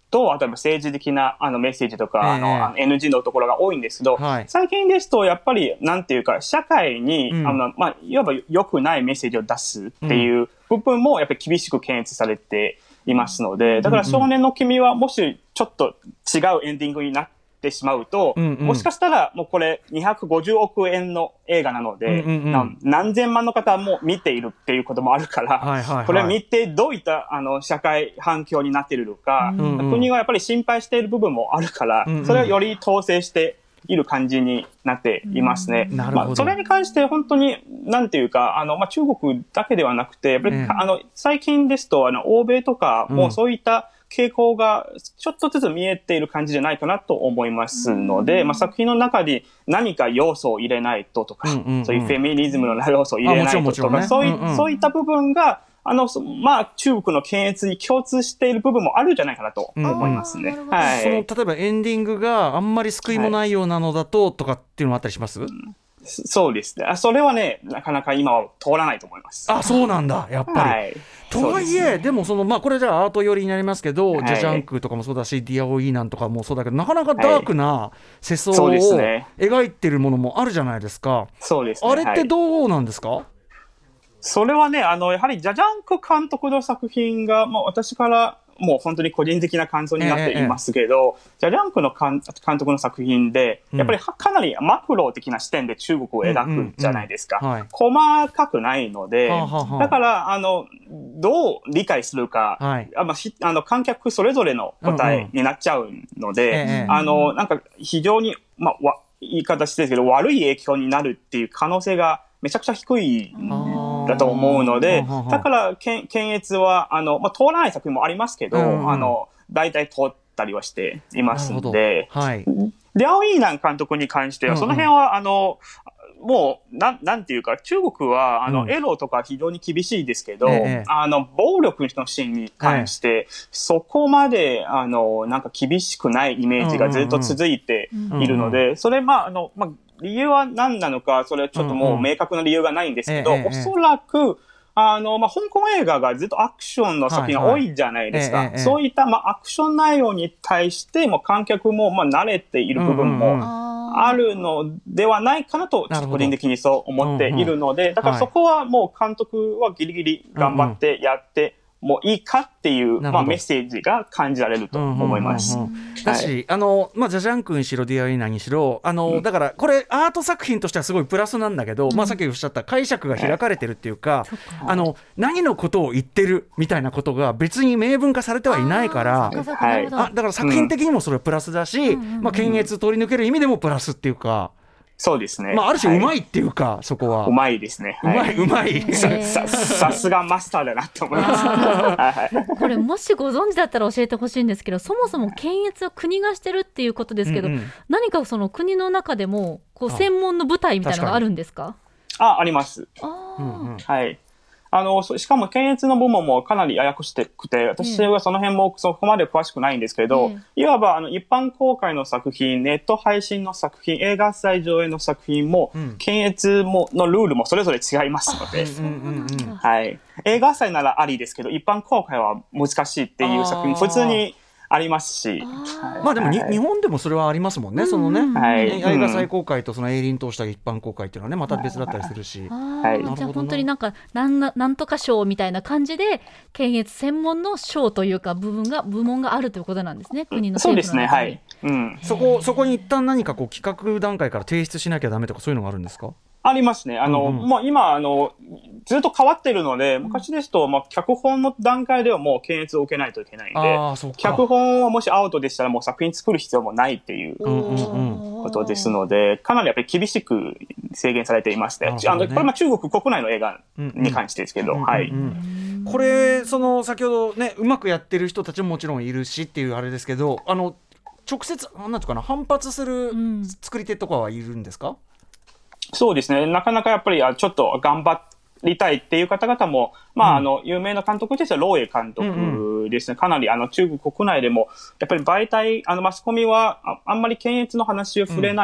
と、あとは政治的なあのメッセージとか、 えー、 あの、あの エヌジー のところが多いんですけど、はい、最近ですと、やっぱり、なんていうか、社会に、うん、あの、まあ、いわば良くないメッセージを出すっていう部分も、やっぱり厳しく検閲されていますので、だから少年の君は、もしちょっと違うエンディングになって、てしまうと、うんうん、もしかしたらもうこれにひゃくごじゅうおくえんの映画なので、うんうんうん、何千万の方も見ているっていうこともあるから、はいはいはい、これ見てどういったあの社会反響になっているのか、うんうん、国はやっぱり心配している部分もあるから、うんうん、それをより統制している感じになっていますね。うんまあ、それに関して本当になんていうか、あの、まあ、中国だけではなくて、やっぱり、うん、あの最近ですとあの欧米とかもそういった、うん傾向がちょっとずつ見えている感じじゃないかなと思いますので、まあ、作品の中に何か要素を入れないととか、うんうんうん、そういうフェミニズムの要素を入れないととか、ねそういうんうん、そういった部分があの、まあ、中国の検閲に共通している部分もあるんじゃないかなと思いますね。うんはい、 その例えばエンディングがあんまり救いもないようなのだと、はい、とかっていうのもあったりします？うんそうですね。それはね、なかなか今は通らないと思います。 あ、そうなんだ、やっぱり。はい、とはいえ、で, ね、でもその、まあ、これじゃあアート寄りになりますけど、はい、ジャジャンクとかもそうだし、ディアオイーなんとかもそうだけど、なかなかダークな世相を描いてるものもあるじゃないですか。 そうですね。 あれってどうなんですか？はい、 それはね、あの、やはりジャジャンク監督の作品が、まあ、私から、もう本当に個人的な感想になっていますけど、ええ、ジャジャンクの監督の作品で、やっぱりかなりマクロ的な視点で中国を描くじゃないですか。うんうんうんはい、細かくないので、はあはあ、だから、あの、どう理解するか、はい、あまあ、あの観客それぞれの答えになっちゃうので、うんうん、あの、なんか非常に、まあ、わ言い方してですけど、悪い影響になるっていう可能性がめちゃくちゃ低いだと思うので、だから検閲はあの、まあ、通らない作品もありますけど、うんうん、あの大体通ったりはしていますので、はい、デアオイーナン監督に関しては、うんうん、その辺はあのもうな ん, なんていうか中国はあの、うん、エロとか非常に厳しいですけど、ええ、あの暴力のシーンに関して、ええ、そこまであのなんか厳しくないイメージがずっと続いているので、うんうん、それまああのまあ理由は何なのか、それはちょっともう明確な理由がないんですけど、うんうん、おそらく、あの、まあ、香港映画がずっとアクションの作品が多いじゃないですか。はいはい、そういった、まあ、アクション内容に対して、もう観客も、まあ、慣れている部分もあるのではないかなと、個人的にそう思っているので、だからそこはもう監督はギリギリ頑張ってやって、もういいかっていう、まあ、メッセージが感じられると思います。 だし、あの、まあ、ジャジャン君にしろディアオイーナにしろ、あの、うん、だからこれアート作品としてはすごいプラスなんだけど、うん、まあ、さっきおっしゃった解釈が開かれてるっていうか、はい、あの何のことを言ってるみたいなことが別に明文化されてはいないから、はい、あだから作品的にもそれはプラスだし、うん、まあ、検閲取り抜ける意味でもプラスっていうか。 そうですね。 まあ、ある種うまいっていうか、はい、そこは。 うまいですね。 うまい、うまい。 さ、さ、さすがマスターだなと思います。はい、 これ、もしご存知だったら教えてほしいんですけど、そもそも検閲を国がしてるっていうことですけど、うんうん、何かその国の中でも、こう、専門の部隊みたいなのがあるんですか？ あ、あります。あうんうん、はい。あの、しかも検閲の部門もかなりややこしくて、私はその辺もそこまで詳しくないんですけど、うん、いわばあの一般公開の作品、ネット配信の作品、映画祭上映の作品も、うん、検閲ものルールもそれぞれ違いますので、はい。映画祭ならありですけど、一般公開は難しいっていう作品も普通にありますし、 あまあでもに、はい、日本でもそれはありますもんね、うん、そのね、はい、映画再公開とその営林通した一般公開っていうのはねまた別だったりするし、 はい、じゃあ本当になんかなんな、なんとか賞みたいな感じで検閲専門の賞というか部分が部門があるということなんですね、国の政府の中に。 そうですね、はい、うん、 そこそこに一旦何かこう企画段階から提出しなきゃダメとかそういうのがあるんですか？ ありますね。あの、うんうん、もう今、あの、ずっと変わっているので、昔ですと、まあ、脚本の段階ではもう検閲を受けないといけないんで、脚本はもしアウトでしたらもう作品作る必要もないっていうことですので、かなりやっぱり厳しく制限されていまして、ね、あの、これは中国国内の映画に関してですけど、うんうん、はい。 これ、その、先ほどね、うまくやってる人たちももちろんいるしっていうあれですけど、あの、直接、なんていうかな、反発する作り手とかはいるんですか？ そうですね。なかなかやっぱりちょっと頑張りたいっていう方々も、まあ、うん、あの、有名な監督としては、ローエ監督ですね。うんうん、かなり、あの、中国国内でも、やっぱり媒体、あの、マスコミはあ、あんまり検閲の話を触れない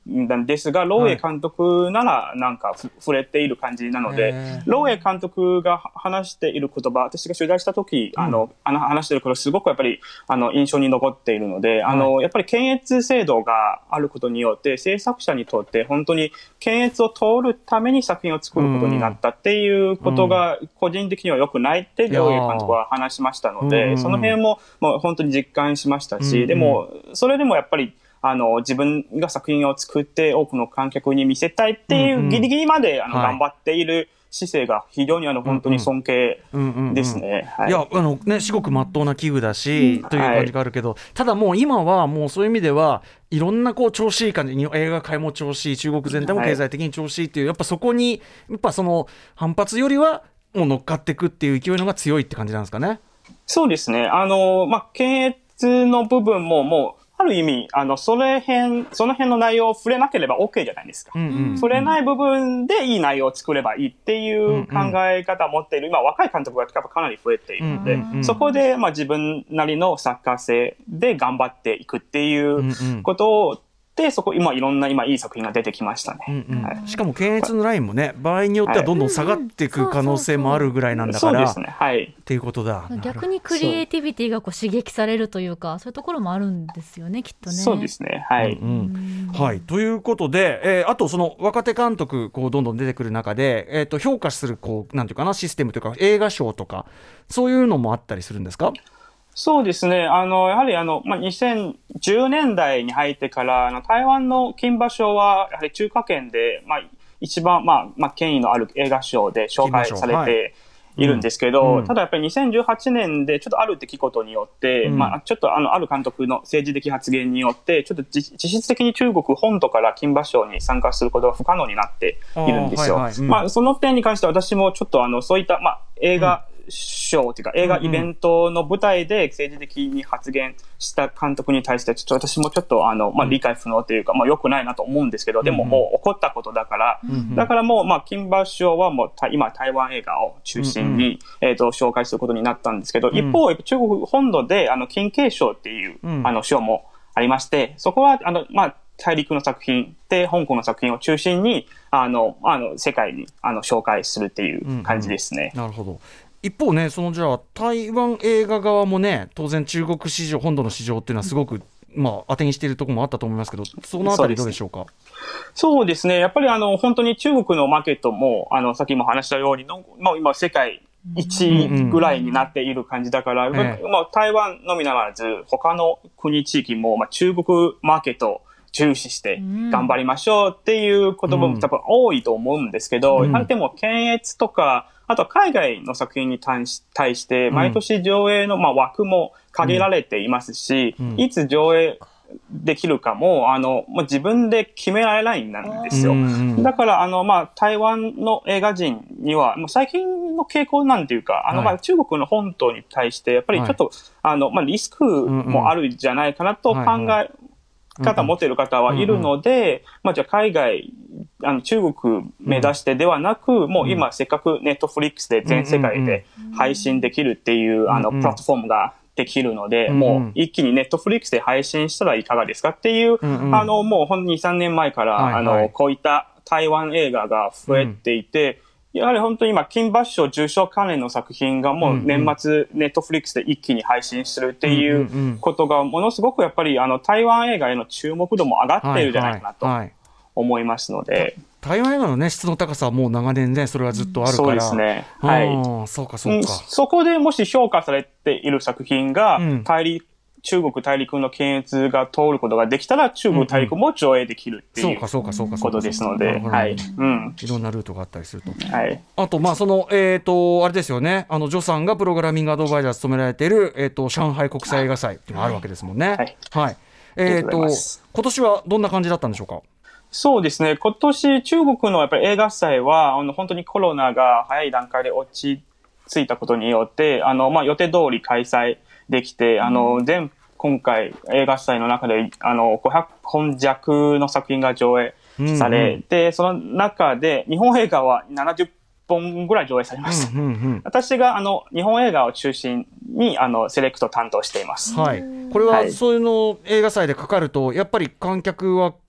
んですが、ローエ監督ならなんか触れている感じなので、はい、ローエ監督が話している言葉、私が取材した時、うん、あの、あの話していることすごくやっぱりあの印象に残っているので、はい、あの、やっぱり検閲制度があることによって、制作者にとって本当に検閲を通るために作品を作ることになったっていうことが個人的には良くないってローエ監督は話しましたので、その辺ももう本当に実感しましたし、うんうん、でも、それでもやっぱりあの自分が作品を作って多くの観客に見せたいっていうギリギリまであの頑張っている姿勢が非常にあの本当に尊敬ですね。 いやあのね至極真っ当な危惧だし、うん、という感じがあるけど、はい、ただもう今はもうそういう意味ではいろんなこう調子いい感じに映画界も調子いい、中国全体も経済的に調子いいっていう、やっぱそこにやっぱその反発よりはもう乗っかっていくっていう勢いのが強いって感じなんですかね。 そうですね。あのまあ検閲の部分ももうある意味、あの、それ辺、その辺の内容を触れなければ OK じゃないですか。うんうんうん、触れない部分でいい内容を作ればいいっていう考え方を持っている、今若い監督がかなり増えているので、うんうん、そこで、まあ自分なりの作家性で頑張っていくっていうことを、でそこ今いろんな今いい作品が出てきましたね、うんうんはい、 しかも検閲のラインもね場合によってはどんどん下がっていく可能性もあるぐらいなんだから、 そうですね、はい、 っていうことだ。 逆にクリエイティビティがこう刺激されるというか、そういうところもあるんですよね、きっとね。 そうですね、はい、 うんうんはい、ということで、えー、あとその若手監督こうどんどん出てくる中で、えー、と評価するこうなんていうかなシステムというか映画賞とかそういうのもあったりするんですか？ そうですね。あの、やはりあの、まあ、にせんじゅうねんだいに入ってから、あの、台湾の金馬賞は、やはり中華圏で、まあ、一番、まあ、まあ、権威のある映画賞で紹介されているんですけど、はいうん、ただやっぱりにせんじゅうはちねんでちょっとある出来事によって、うん、まあ、ちょっとあの、ある監督の政治的発言によって、ちょっと実質的に中国本土から金馬賞に参加することが不可能になっているんですよ。はいはいうん、まあ、その点に関して私もちょっとあの、そういった、まあ、映画、うん賞というか映画イベントの舞台で政治的に発言した監督に対してちょっと私もちょっとあの、まあ、理解不能というか、まあ、良くないなと思うんですけど、でももう起こったことだから、だからもう、まあ、金馬賞はもう今台湾映画を中心に、えーと、紹介することになったんですけど、一方中国本土であの金鶏賞っていうあの賞もありまして、そこはあの、まあ大陸の作品で香港の作品を中心にあのあの世界にあの紹介するっていう感じですね。 うんうん、なるほど。一方ね、そのじゃあ台湾映画側もね、当然中国市場本土の市場っていうのはすごく、まあ、当てにしているところもあったと思いますけど、そのあたりどうでしょうか？ そうですね、やっぱりあの本当に中国のマーケットもあのさっきも話したようにの、まあ、今世界いちいぐらいになっている感じだから、うんうんまあ、台湾のみならず他の国地域も、まあ、中国マーケットを重視して頑張りましょうっていう言葉も多分多いと思うんですけど、うん、やはりでも検閲とかあとは海外の作品に対し、対して毎年上映のまあ枠も限られていますし、うんうん、いつ上映できるかもあの、まあ、自分で決められないんですよ。うんうん、だからあの、まあ、台湾の映画人にはもう最近の傾向なんていうかあの、まあ、中国の本島に対してやっぱりちょっと、はい、あのまあ、リスクもあるんじゃないかなと考え、はいはい方持っている方はいるので、うんうんまあ、じゃあ海外あの中国目指してではなく、うん、もう今せっかくネットフリックスで全世界で配信できるっていう、うんうん、あのプラットフォームができるので、うんうん、もう一気にネットフリックスで配信したらいかがですかっていう、うんうん、あのもうほんに、さんねんまえから、はいはい、あのこういった台湾映画が増えていて、うん、やはり本当に今金馬賞受賞関連の作品がもう年末ネットフリックスで一気に配信するっていうことがものすごくやっぱりあの台湾映画への注目度も上がっているんじゃないかなと思いますので、はいはいはい、 台湾映画の、ね、質の高さはもう長年ねそれはずっとあるから、 そうですね、はい、 そうかそうか、 そこでもし評価されている作品が大陸、うん中国大陸の検閲が通ることができたら中国大陸も上映できるっていうことですので、はい、うん、 いろんなルートがあったりすると、 はい、 あとまあそのえっ、ー、とあれですよね、あのジョさんがプログラミングアドバイザーを務められているえっ、ー、と上海国際映画祭っていうのがあるわけですもんね。はい、はい、えっ、ー、と今年はどんな感じだったんでしょうか？ そうですね、今年中国のやっぱり映画祭はあの本当にコロナが早い段階で落ち着いたことによってあのまあ予定通り開催できて、あの全今回映画祭の中であのごひゃっぽん弱の作品が上映され、うんうん、でその中で日本映画はななじゅっぽんぐらい上映されました。うんうんうん、私があの日本映画を中心にあのセレクト担当しています。 はい、これはそういうの映画祭でかかるとやっぱり観客は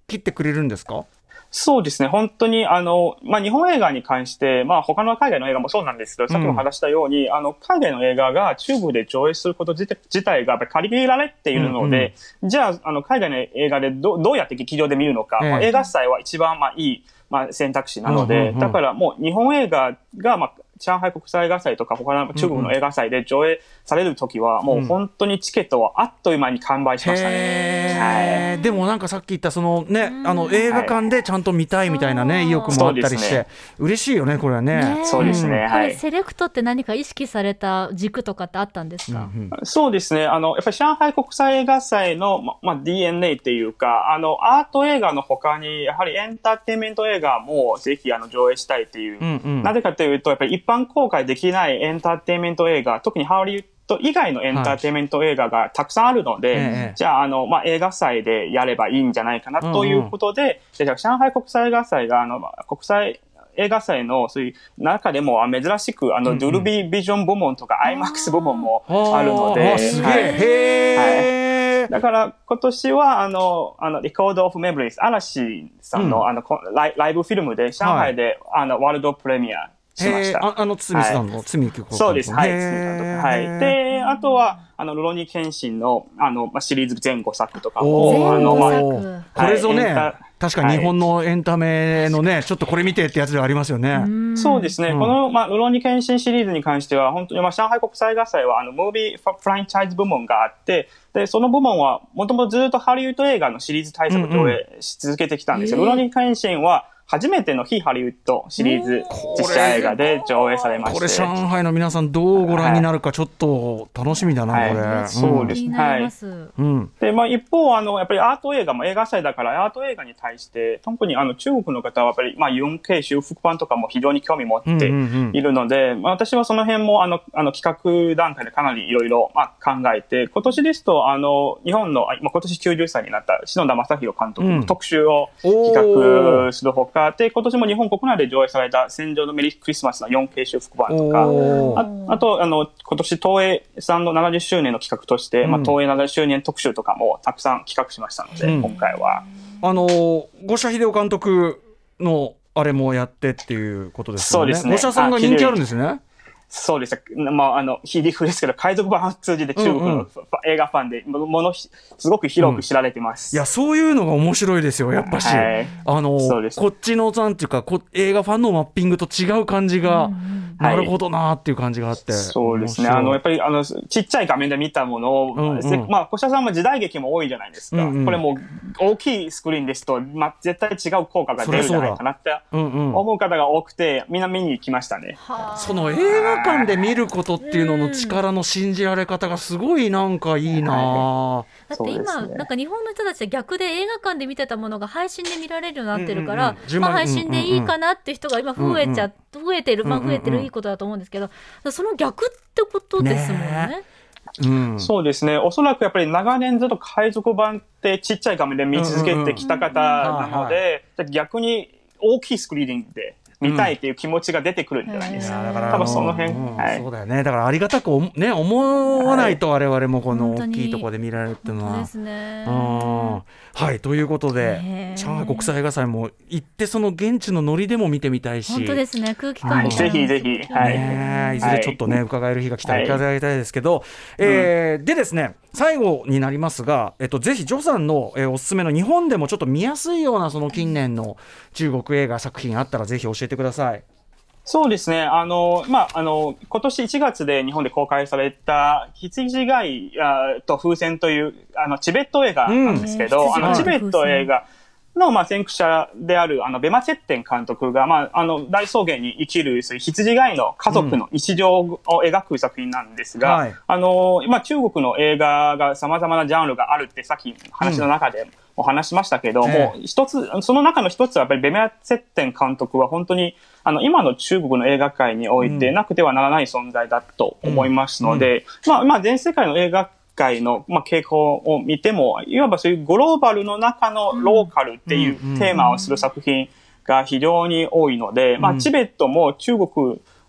切ってくれるんですか？ そうですね。本当に、あの、まあ、日本映画に関して、まあ、他の海外の映画もそうなんですけど、さっきも話したように、うん、あの、海外の映画が中国で上映すること自体がやっぱり借りられているので、うんうん、じゃあ、あの、海外の映画でどどうやって劇場で見るのか、えーまあ、映画祭は一番、まあ、いい、まあ、選択肢なので、うんうんうん、だからもう日本映画が、まあ、上海国際映画祭とか他の中国の映画祭で上映されるときは、もう本当にチケットはあっという間に完売しましたね。 はい、でもなんかさっき言ったそのね、あの映画館でちゃんと見たいみたいなね、はい、意欲もあったりして、ね、嬉しいよね、これはね。 ね、 そうですね。 はい。セレクトって何か意識された軸とかってあったんですか？ うんうん、そうですね。あの、やっぱり上海国際映画祭の、ま、まあ、ディーエヌエー っていうか、あの、アート映画の他に、やはりエンターテインメント映画もぜひあの上映したいっていう。うんうん、なぜかというと、やっぱり一般公開できないエンターテインメント映画、特にハリウッド以外のエンターテインメント映画がたくさんあるので、はい、じゃあ、あの、まあ、映画祭でやればいいんじゃないかなということで、うんうん、じゃあ上海国際映画祭が、あの、国際映画祭のそういう中でも珍しく、あの、うんうん、ドゥルビービジョン部門とか アイマックス 部門もあるので、 すげえ、はい、へー。 だから今年はあの、あの、Record of Memories、嵐さんの、うん、あのライ、ライブフィルムで上海で、はい、あの、ワールドプレミアしました。 あ, あの、堤さんの、はい、堤久子さん。 そうです。はい。堤監督。はい。で、あとは、あの、ルロニケンシンの、あの、まあ、シリーズ前後作とかも、あの、まあ、 これぞね、はい、確かに日本のエンタメのね、はい、ちょっとこれ見てってやつではありますよね。 そうですね。うん、この、まあ、ルロニケンシンシリーズに関しては、本当に、まあ、上海国際映画祭は、あの、ムービーフランチャイズ部門があって、で、その部門は、もともとずっとハリウッド映画のシリーズ対策上映し続けてきたんですよ。ルロニケンシンは、初めての非ハリウッドシリーズ実写映画で上映されまして、 これ上海の皆さんどうご覧になるかちょっと楽しみだな、はい、これ、はい、 そうですね、はい、うん、で、まあ、一方あのやっぱりアート映画も映画祭だからアート映画に対して特にあの中国の方はやっぱり、まあ、よんケー 修復版とかも非常に興味持っているので、うんうんうん、まあ、私はその辺もあのあの企画段階でかなりいろいろ考えて、今年ですとあの日本の、まあ、今年きゅうじゅっさいになった篠田正宏監督の特集を企画するほか、で今年も日本国内で上映された戦場のメリークリスマスの よんケー 修復版とか、あ, あとあの今年東映さんのななじゅっしゅうねんの企画として、うん、まあ、東映ななじゅっしゅうねん特集とかもたくさん企画しましたので、うん、今回はあの五社秀夫監督のあれもやってっていうことですよね。そうですね。五社さんが人気あるんですね。 そうです。まあ、あの、非リフですけど、海賊版を通じて中国の映画ファンで、もの、すごく広く知られてます、 うん。いや、そういうのが面白いですよ、やっぱし。はい、あの、こっちの、なんていうかこ、映画ファンのマッピングと違う感じが、うんうん、なるほどなーっていう感じがあって。はい、 そうですね。あの、やっぱり、あの、ちっちゃい画面で見たものを、うんうん、まあ、小社さんも時代劇も多いじゃないですか。うんうん、これも大きいスクリーンですと、まあ、絶対違う効果が出るんじゃないかなって思う方が多くて、みんな見に来ましたね。 その映画館で見ることっていうのの力の信じられ方がすごいなんかいいな、はい、だって今、ね、なんか日本の人たちは逆で映画館で見てたものが配信で見られるようになってるから、うんうんうん、まあ、配信でいいかなって人が今増えちゃ、うんうん、増えてる、まあ、増えてるいいことだと思うんですけど、その逆ってことですもんね。ね、 うん、そうですね。おそらくやっぱり長年ずっと海賊版ってちっちゃい画面で見続けてきた方なので、逆に大きいスクリーンで見たいっていう気持ちが出てくるんじゃないですか。うん、だから多分その辺、うんはい、そうだよね。だからありがたくね思わないと我々もこの大きいところで見られるっていうのは、 はい、ですね。 はい、ということで上海国際映画祭も行ってその現地のノリでも見てみたいし、 本当ですね。空気感も、 はい、ぜひぜひ、はいね、いずれちょっとね、はい、伺える日が来たら伺いたいですけど、はいえーうん、でですね最後になりますが、えっと、ぜひジョさんの、えー、おすすめの日本でもちょっと見やすいようなその近年の中国映画作品あったらぜひ教えてください。 そうですね。あの、まあ、あの、今年いちがつで日本で公開された、羊飼いと風船という、あの、チベット映画なんですけど、うん、あの、チベット映画の、まあ、先駆者である、あの、ベマ・セッテン監督が、まあ、あの、大草原に生きる、そういう羊飼いの家族の日常を描く作品なんですが、うんはい、あの、まあ、中国の映画が様々なジャンルがあるってさっき話の中で、うんお話しましたけども、えー、一つ、その中の一つはやっぱりベメア・セッテン監督は本当に、あの、今の中国の映画界においてなくてはならない存在だと思いますので、うんうん、まあ、まあ、全世界の映画界の、まあ、傾向を見ても、いわばそういうグローバルの中のローカルっていうテーマをする作品が非常に多いので、まあ、チベットも中国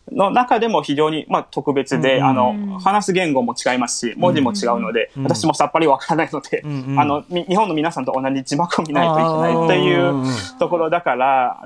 の中でも非常に、まあ、特別で、うん、あの、話す言語も違いますし、文字も違うので、うん、私もさっぱりわからないので、うん、あの、日本の皆さんと同じ字幕を見ないといけないというところだから、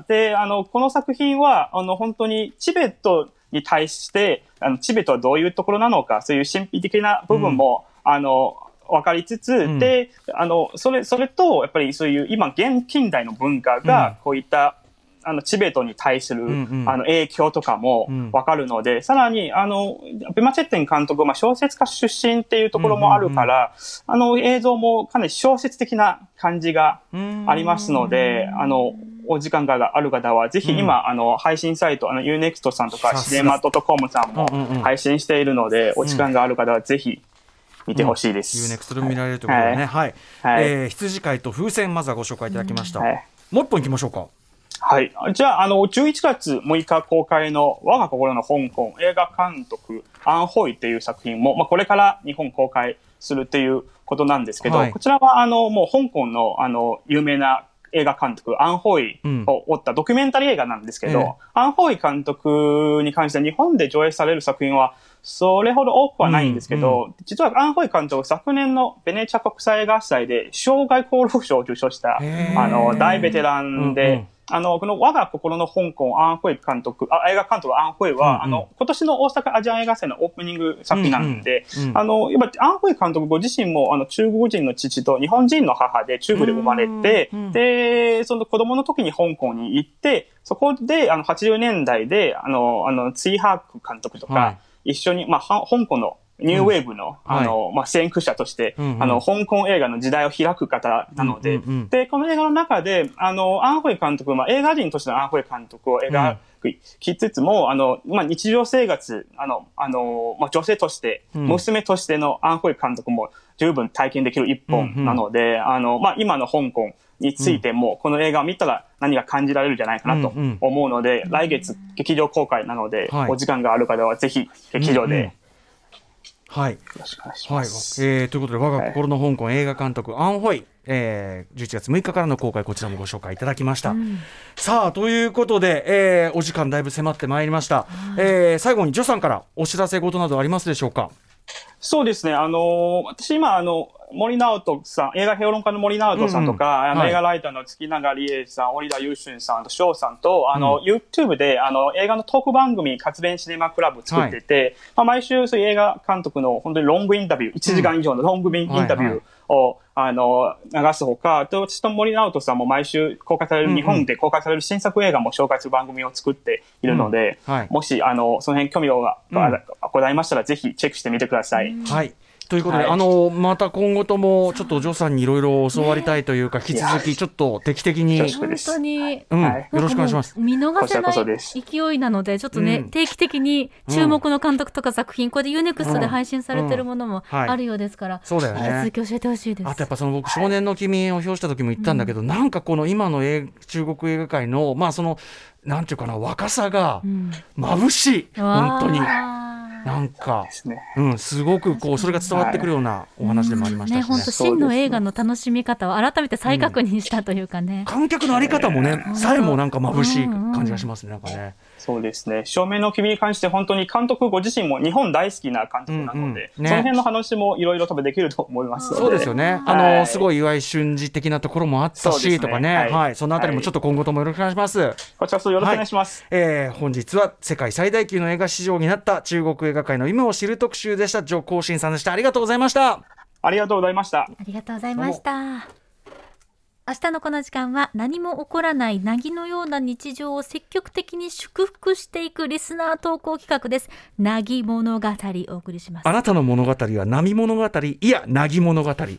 で、あの、この作品は、あの、本当にチベットに対して、あの、チベットはどういうところなのか、そういう神秘的な部分も、うん、あの、分かりつつ、うん、で、あの、それ、それと、やっぱりそういう今、現近代の文化が、こういった、うん、あの、チベットに対する、うんうん、あの、影響とかも分かるので、うん、さらに、あの、ベマチェッテン監督、まあ、小説家出身っていうところもあるから、うんうんうん、あの、映像もかなり小説的な感じがありますので、あの、お時間がある方は、ぜひ今、うん、あの、配信サイト、あの、ユーネクスト さんとか、シネマ .com さんも配信しているので、うんうんうん、お時間がある方は、ぜひ、見てほしいです。 ユーネクストで見られるということでね。はい。はい、えー、羊飼いと風船、まずはご紹介いただきました。うんはい、もう一本行きましょうか。 はい。じゃあ、あの、じゅういちがつむいか公開の我が心の香港映画監督、アン・ホイっていう作品も、まあ、これから日本公開するっていうことなんですけど、はい、こちらは、あの、もう香港の、あの、有名な映画監督、アン・ホイを追ったドキュメンタリー映画なんですけど、うんええ、アン・ホイ監督に関しては日本で上映される作品は、それほど多くはないんですけど、うんうん、実はアン・ホイ監督昨年のベネチア国際映画祭で生涯功労賞を受賞した、あの、大ベテランで、うんうんあの、この我が心の香港アン・ホイ監督、あ映画監督アン・ホイは、うんうん、あの、今年の大阪アジアン映画祭のオープニング作品なんで、うんうん、あの、やっぱアン・ホイ監督ご自身も、あの、中国人の父と日本人の母で中国で生まれて、うんうん、で、その子供の時に香港に行って、そこで、あの、はちじゅうねんだいで、あの、あの、ツイ・ハーク監督とか、はい、一緒に、まあ、香港のニューウェーブの、うん、あの、はい、まあ、先駆者として、うんうん、あの、香港映画の時代を開く方なので、うんうんうん、で、この映画の中で、あの、アン・ホイ監督、まあ、映画人としてのアン・ホイ監督を描きつつも、うん、あの、まあ、日常生活、あの、あの、まあ、女性として、うん、娘としてのアン・ホイ監督も十分体験できる一本なので、うんうん、あの、まあ、今の香港についても、うん、この映画を見たら何が感じられるんじゃないかなと思うので、うんうん、来月劇場公開なので、はい、お時間がある方はぜひ劇場で、うんうんはい、よろしくお願いします。はい、えー、ということで我が心の香港映画監督、はい、アン・ホイ、えー、じゅういちがつむいかからの公開、こちらもご紹介いただきました。うん、さあということで、えー、お時間だいぶ迫ってまいりました。えー、最後にジョさんからお知らせ事などありますでしょうか。 そうですね。あのー、私今あの森直人さん、映画評論家の森直人さんとか、うんうんあの、はい、映画ライターの月永理恵さん、折田優俊さんと翔さんと、あの、うん、YouTube で、あの、映画のトーク番組、活弁シネマクラブ作ってて、はいまあ、毎週そういう映画監督の本当にロングインタビュー、いちじかん以上のロングインタビューを、うんはいはい、あの、流すほか、私と森直人さんも毎週公開される、うんうん、日本で公開される新作映画も紹介する番組を作っているので、うんはい、もし、あの、その辺興味がございましたら、ぜひチェックしてみてください。うん、はい。 ということで、はい、あのまた今後ともちょっとジョさんにいろいろ教わりたいというか、ね、引き続きちょっと定期的に本当に、 うんはい、よろしくお願いします。 見逃せない勢いなのでちょっとね、うん、定期的に注目の監督とか作品、うん、これでユーネクストで配信されてるものもあるようですから、うんうんはい、そうだよね、続き教えてほしいです。 あとやっぱその僕少年の君を表した時も言ったんだけど、うん、なんかこの今の中国映画界のまあそのなんていうかな若さが眩しい、うん、本当になんか、ねうん、すごくこうそれが伝わってくるようなお話でもありましたしね。 本当、真の映画の楽しみ方を改めて再確認したというかね、 うん、観客のあり方もね、さえもなんか眩しい感じがしますね、なんかね。 そうですね。照明の君に関して本当に監督ご自身も日本大好きな監督なので、うんうんね、その辺の話もいろいろ多分できると思いますので。 そうですよね。あの、はい、すごい岩井俊二的なところもあったし、ね、とかね、はい、はい、そのあたりもちょっと今後ともよろしくお願いします。はい、 こちらこそよろしくお願いします。 はいえー、本日は世界最大級の映画市場になった中国映画界の今を知る特集でした。徐光信さんでした。ありがとうございました。 ありがとうございました。 ありがとうございました。明日のこの時間は何も起こらない凪のような日常を積極的に祝福していくリスナー投稿企画です。凪物語お送りします。 あなたの物語は波物語いや凪物語と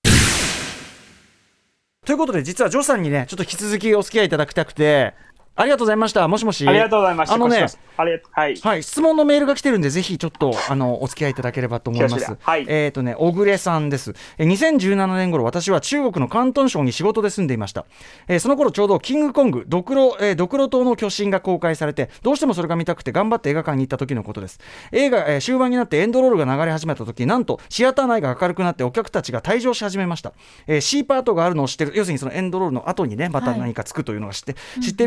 いうことで、実はジョさんにねちょっと引き続きお付き合いいただきたくて、ありがとうございました。もしもし。 ありがとうございました。 あのね、 ありがとう、はい、 はい、質問のメールが来てるんで、ぜひちょっとあのお付き合いいただければと思います。はい、えっとね、小暮さんです。えにせんじゅうななねん頃、私は中国の広東省に仕事で住んでいました。えー、その頃ちょうどキングコングドクロ、えー、ドクロ島の巨神が公開されて、どうしてもそれが見たくて頑張って映画館に行った時のことです。映画、えー、終盤になってエンドロールが流れ始めた時、なんとシアター内が明るくなってお客たちが退場し始めました。えー、C パートがあるのを知ってる、要するにそのエンドロールの後にねまた何かつくというのを知って、はい、知っている自分は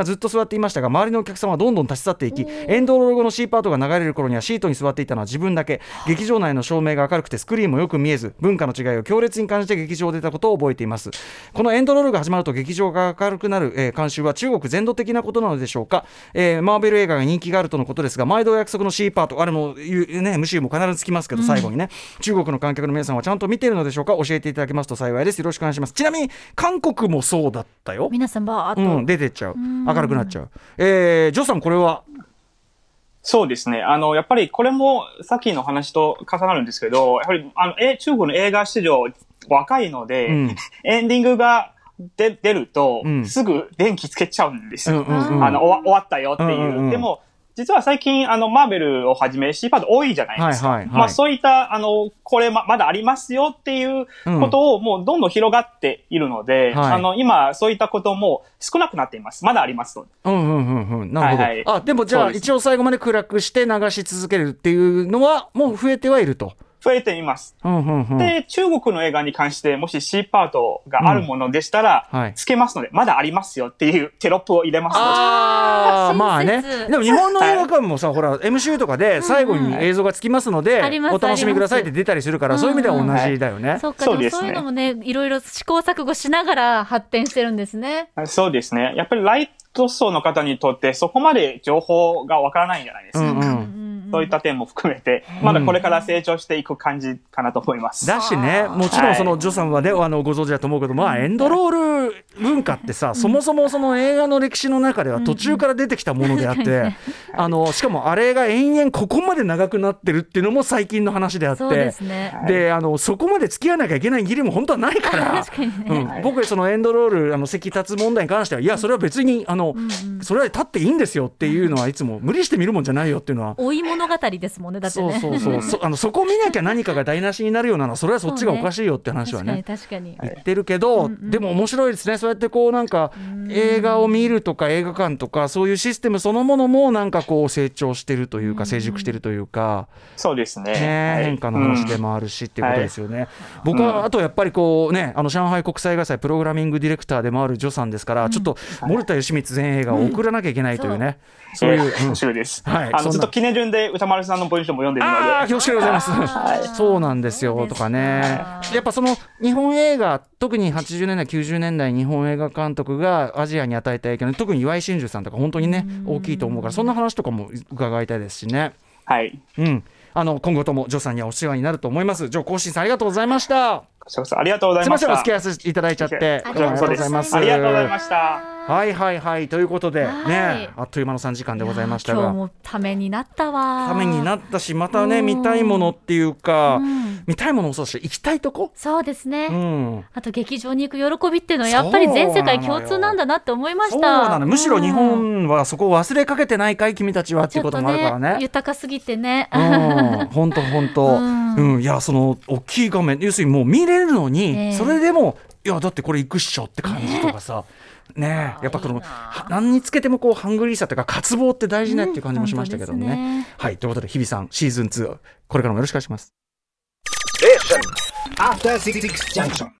ずっと座っていましたが、周りのお客様はどんどん立ち去っていき、エンドロール後の C パートが流れる頃にはシートに座っていたのは自分だけ。劇場内の照明が明るくてスクリーンもよく見えず、文化の違いを強烈に感じて劇場を出たことを覚えています。このエンドロールが始まると劇場が明るくなる、えー、慣習は中国全土的なことなのでしょうか。えー、マーベル映画が人気があるとのことですが、毎度約束の C パート、あれも、ね、エムシーユー も必ずつきますけど、最後にね、うん、中国の観客の皆さんはちゃんと見ているのでしょうか。教えていただけますと幸いです。よろしくお願いします。ちなみに韓国もそうだったよ。 皆さんバーっと、 うん、出てっちゃう、明るくなっちゃう。えー、ジョーさんこれは。 そうですね。あの、やっぱりこれもさっきの話と重なるんですけど、やはりあのえ中国の映画史上若いので、うん、エンディングがで出ると、うん、すぐ電気つけちゃうんですよ。うんうんうん、あの終わ、終わったよっていう。うんうんうん、でも実は最近、あの、マーベルをはじめ C パート多いじゃないですか。はいはいはい、まあそういった、あの、これま、まだありますよっていうことをもうどんどん広がっているので、うん、あの、今、そういったことも少なくなっています。まだありますと。 うんうんうんうん。なるほど。はいはい、あ、でもじゃあ一応最後まで暗くして流し続けるっていうのはもう増えてはいると。 増えています、うんうんうん。で、中国の映画に関してもし C パートがあるものでしたら、うんはい、つけますので、まだありますよっていうテロップを入れますので。 ああ、まあね。でも日本の映画館もさ、はい、ほら、エムシーユー とかで最後に映像がつきますので、うんうん、お楽しみくださいって出たりするから、そういう意味では同じだよね。うんうん、 そうか、でもそういうのもね、いろいろ試行錯誤しながら発展してるんですね。 そうですね。やっぱりライト層の方にとってそこまで情報がわからないんじゃないですか。うんうんそういった点も含めて、まだこれから成長していく感じかなと思います。 だしね、もちろんそのジョさんはね、あのご存知だと思うけど、まあエンドロール文化ってさ、そもそもその映画の歴史の中では途中から出てきたものであって、あのしかもあれが延々ここまで長くなってるっていうのも最近の話であって、そうですね。で、あのそこまで付き合わなきゃいけない義理も本当はないから、確かにね、うん、僕そのエンドロールあの席立つ問題に関しては、いやそれは別にあの、うんうん、それは立っていいんですよっていうのはいつも無理して見るもんじゃないよっていうのは。 追い物語ですもんね。だってね、 そうそうそうそ, あのそこ見なきゃ何かが台無しになるようなのはそれはそっちがおかしいよって話は ね, ね確かに確かに言ってるけど、うんうん、でも面白いですね。そうやってこうなんか映画を見るとか映画館とかそういうシステムそのものもなんかこう成長してるというか成熟してるというか、 そうですね、 ね、はい、変化の話でもあるし、うん、っていうことですよね、はい、僕はあとやっぱりこうね、あの上海国際映画祭プログラミングディレクターでもあるジョさんですから、うん、ちょっと森田義満全映画を送らなきゃいけないというね、うん、そういう、 面白いです、はい、あのずっと記念順で歌丸さんの文章も読んでるので、 ああ恐縮でございます、はい、そうなんですよとかね。やっぱその日本映画、特にはちじゅうねんだいきゅうじゅうねんだい日本映画監督がアジアに与えた影響、ね、特に岩井真珠さんとか本当にね大きいと思うから、そんな話とかも伺いたいですしね。 はい、 うん、あの今後ともジョさんにはお世話になると思います。ジョ更新さんありがとうございました。 ありがとうございました。 すみませんお付き合いいただいちゃってありがとうございます。ありがとうございました。 はいはいはいということでね、あっという間のさんじかんでございましたが、 今日もためになったわ。 ためになったし、またね見たいものっていうか、うん、見たいものもそうだし行きたいとこ、 そうですね、うん、あと劇場に行く喜びっていうのはやっぱり全世界共通なんだなって思いました。そうなの、むしろ日本はそこを忘れかけてないかい君たちはっていうこともあるからね、 ね豊かすぎてね、 本当本当、いやその大きい画面、要するにもう見れるのに、えー、それでもいやだってこれ行くっしょって感じとかさ、ねえ、やっぱこの何につけてもこうハングリーさというか渇望って大事ねっていう感じもしましたけどね、うん、ね、はい、ということで日比さんシーズンツーこれからもよろしくお願いします。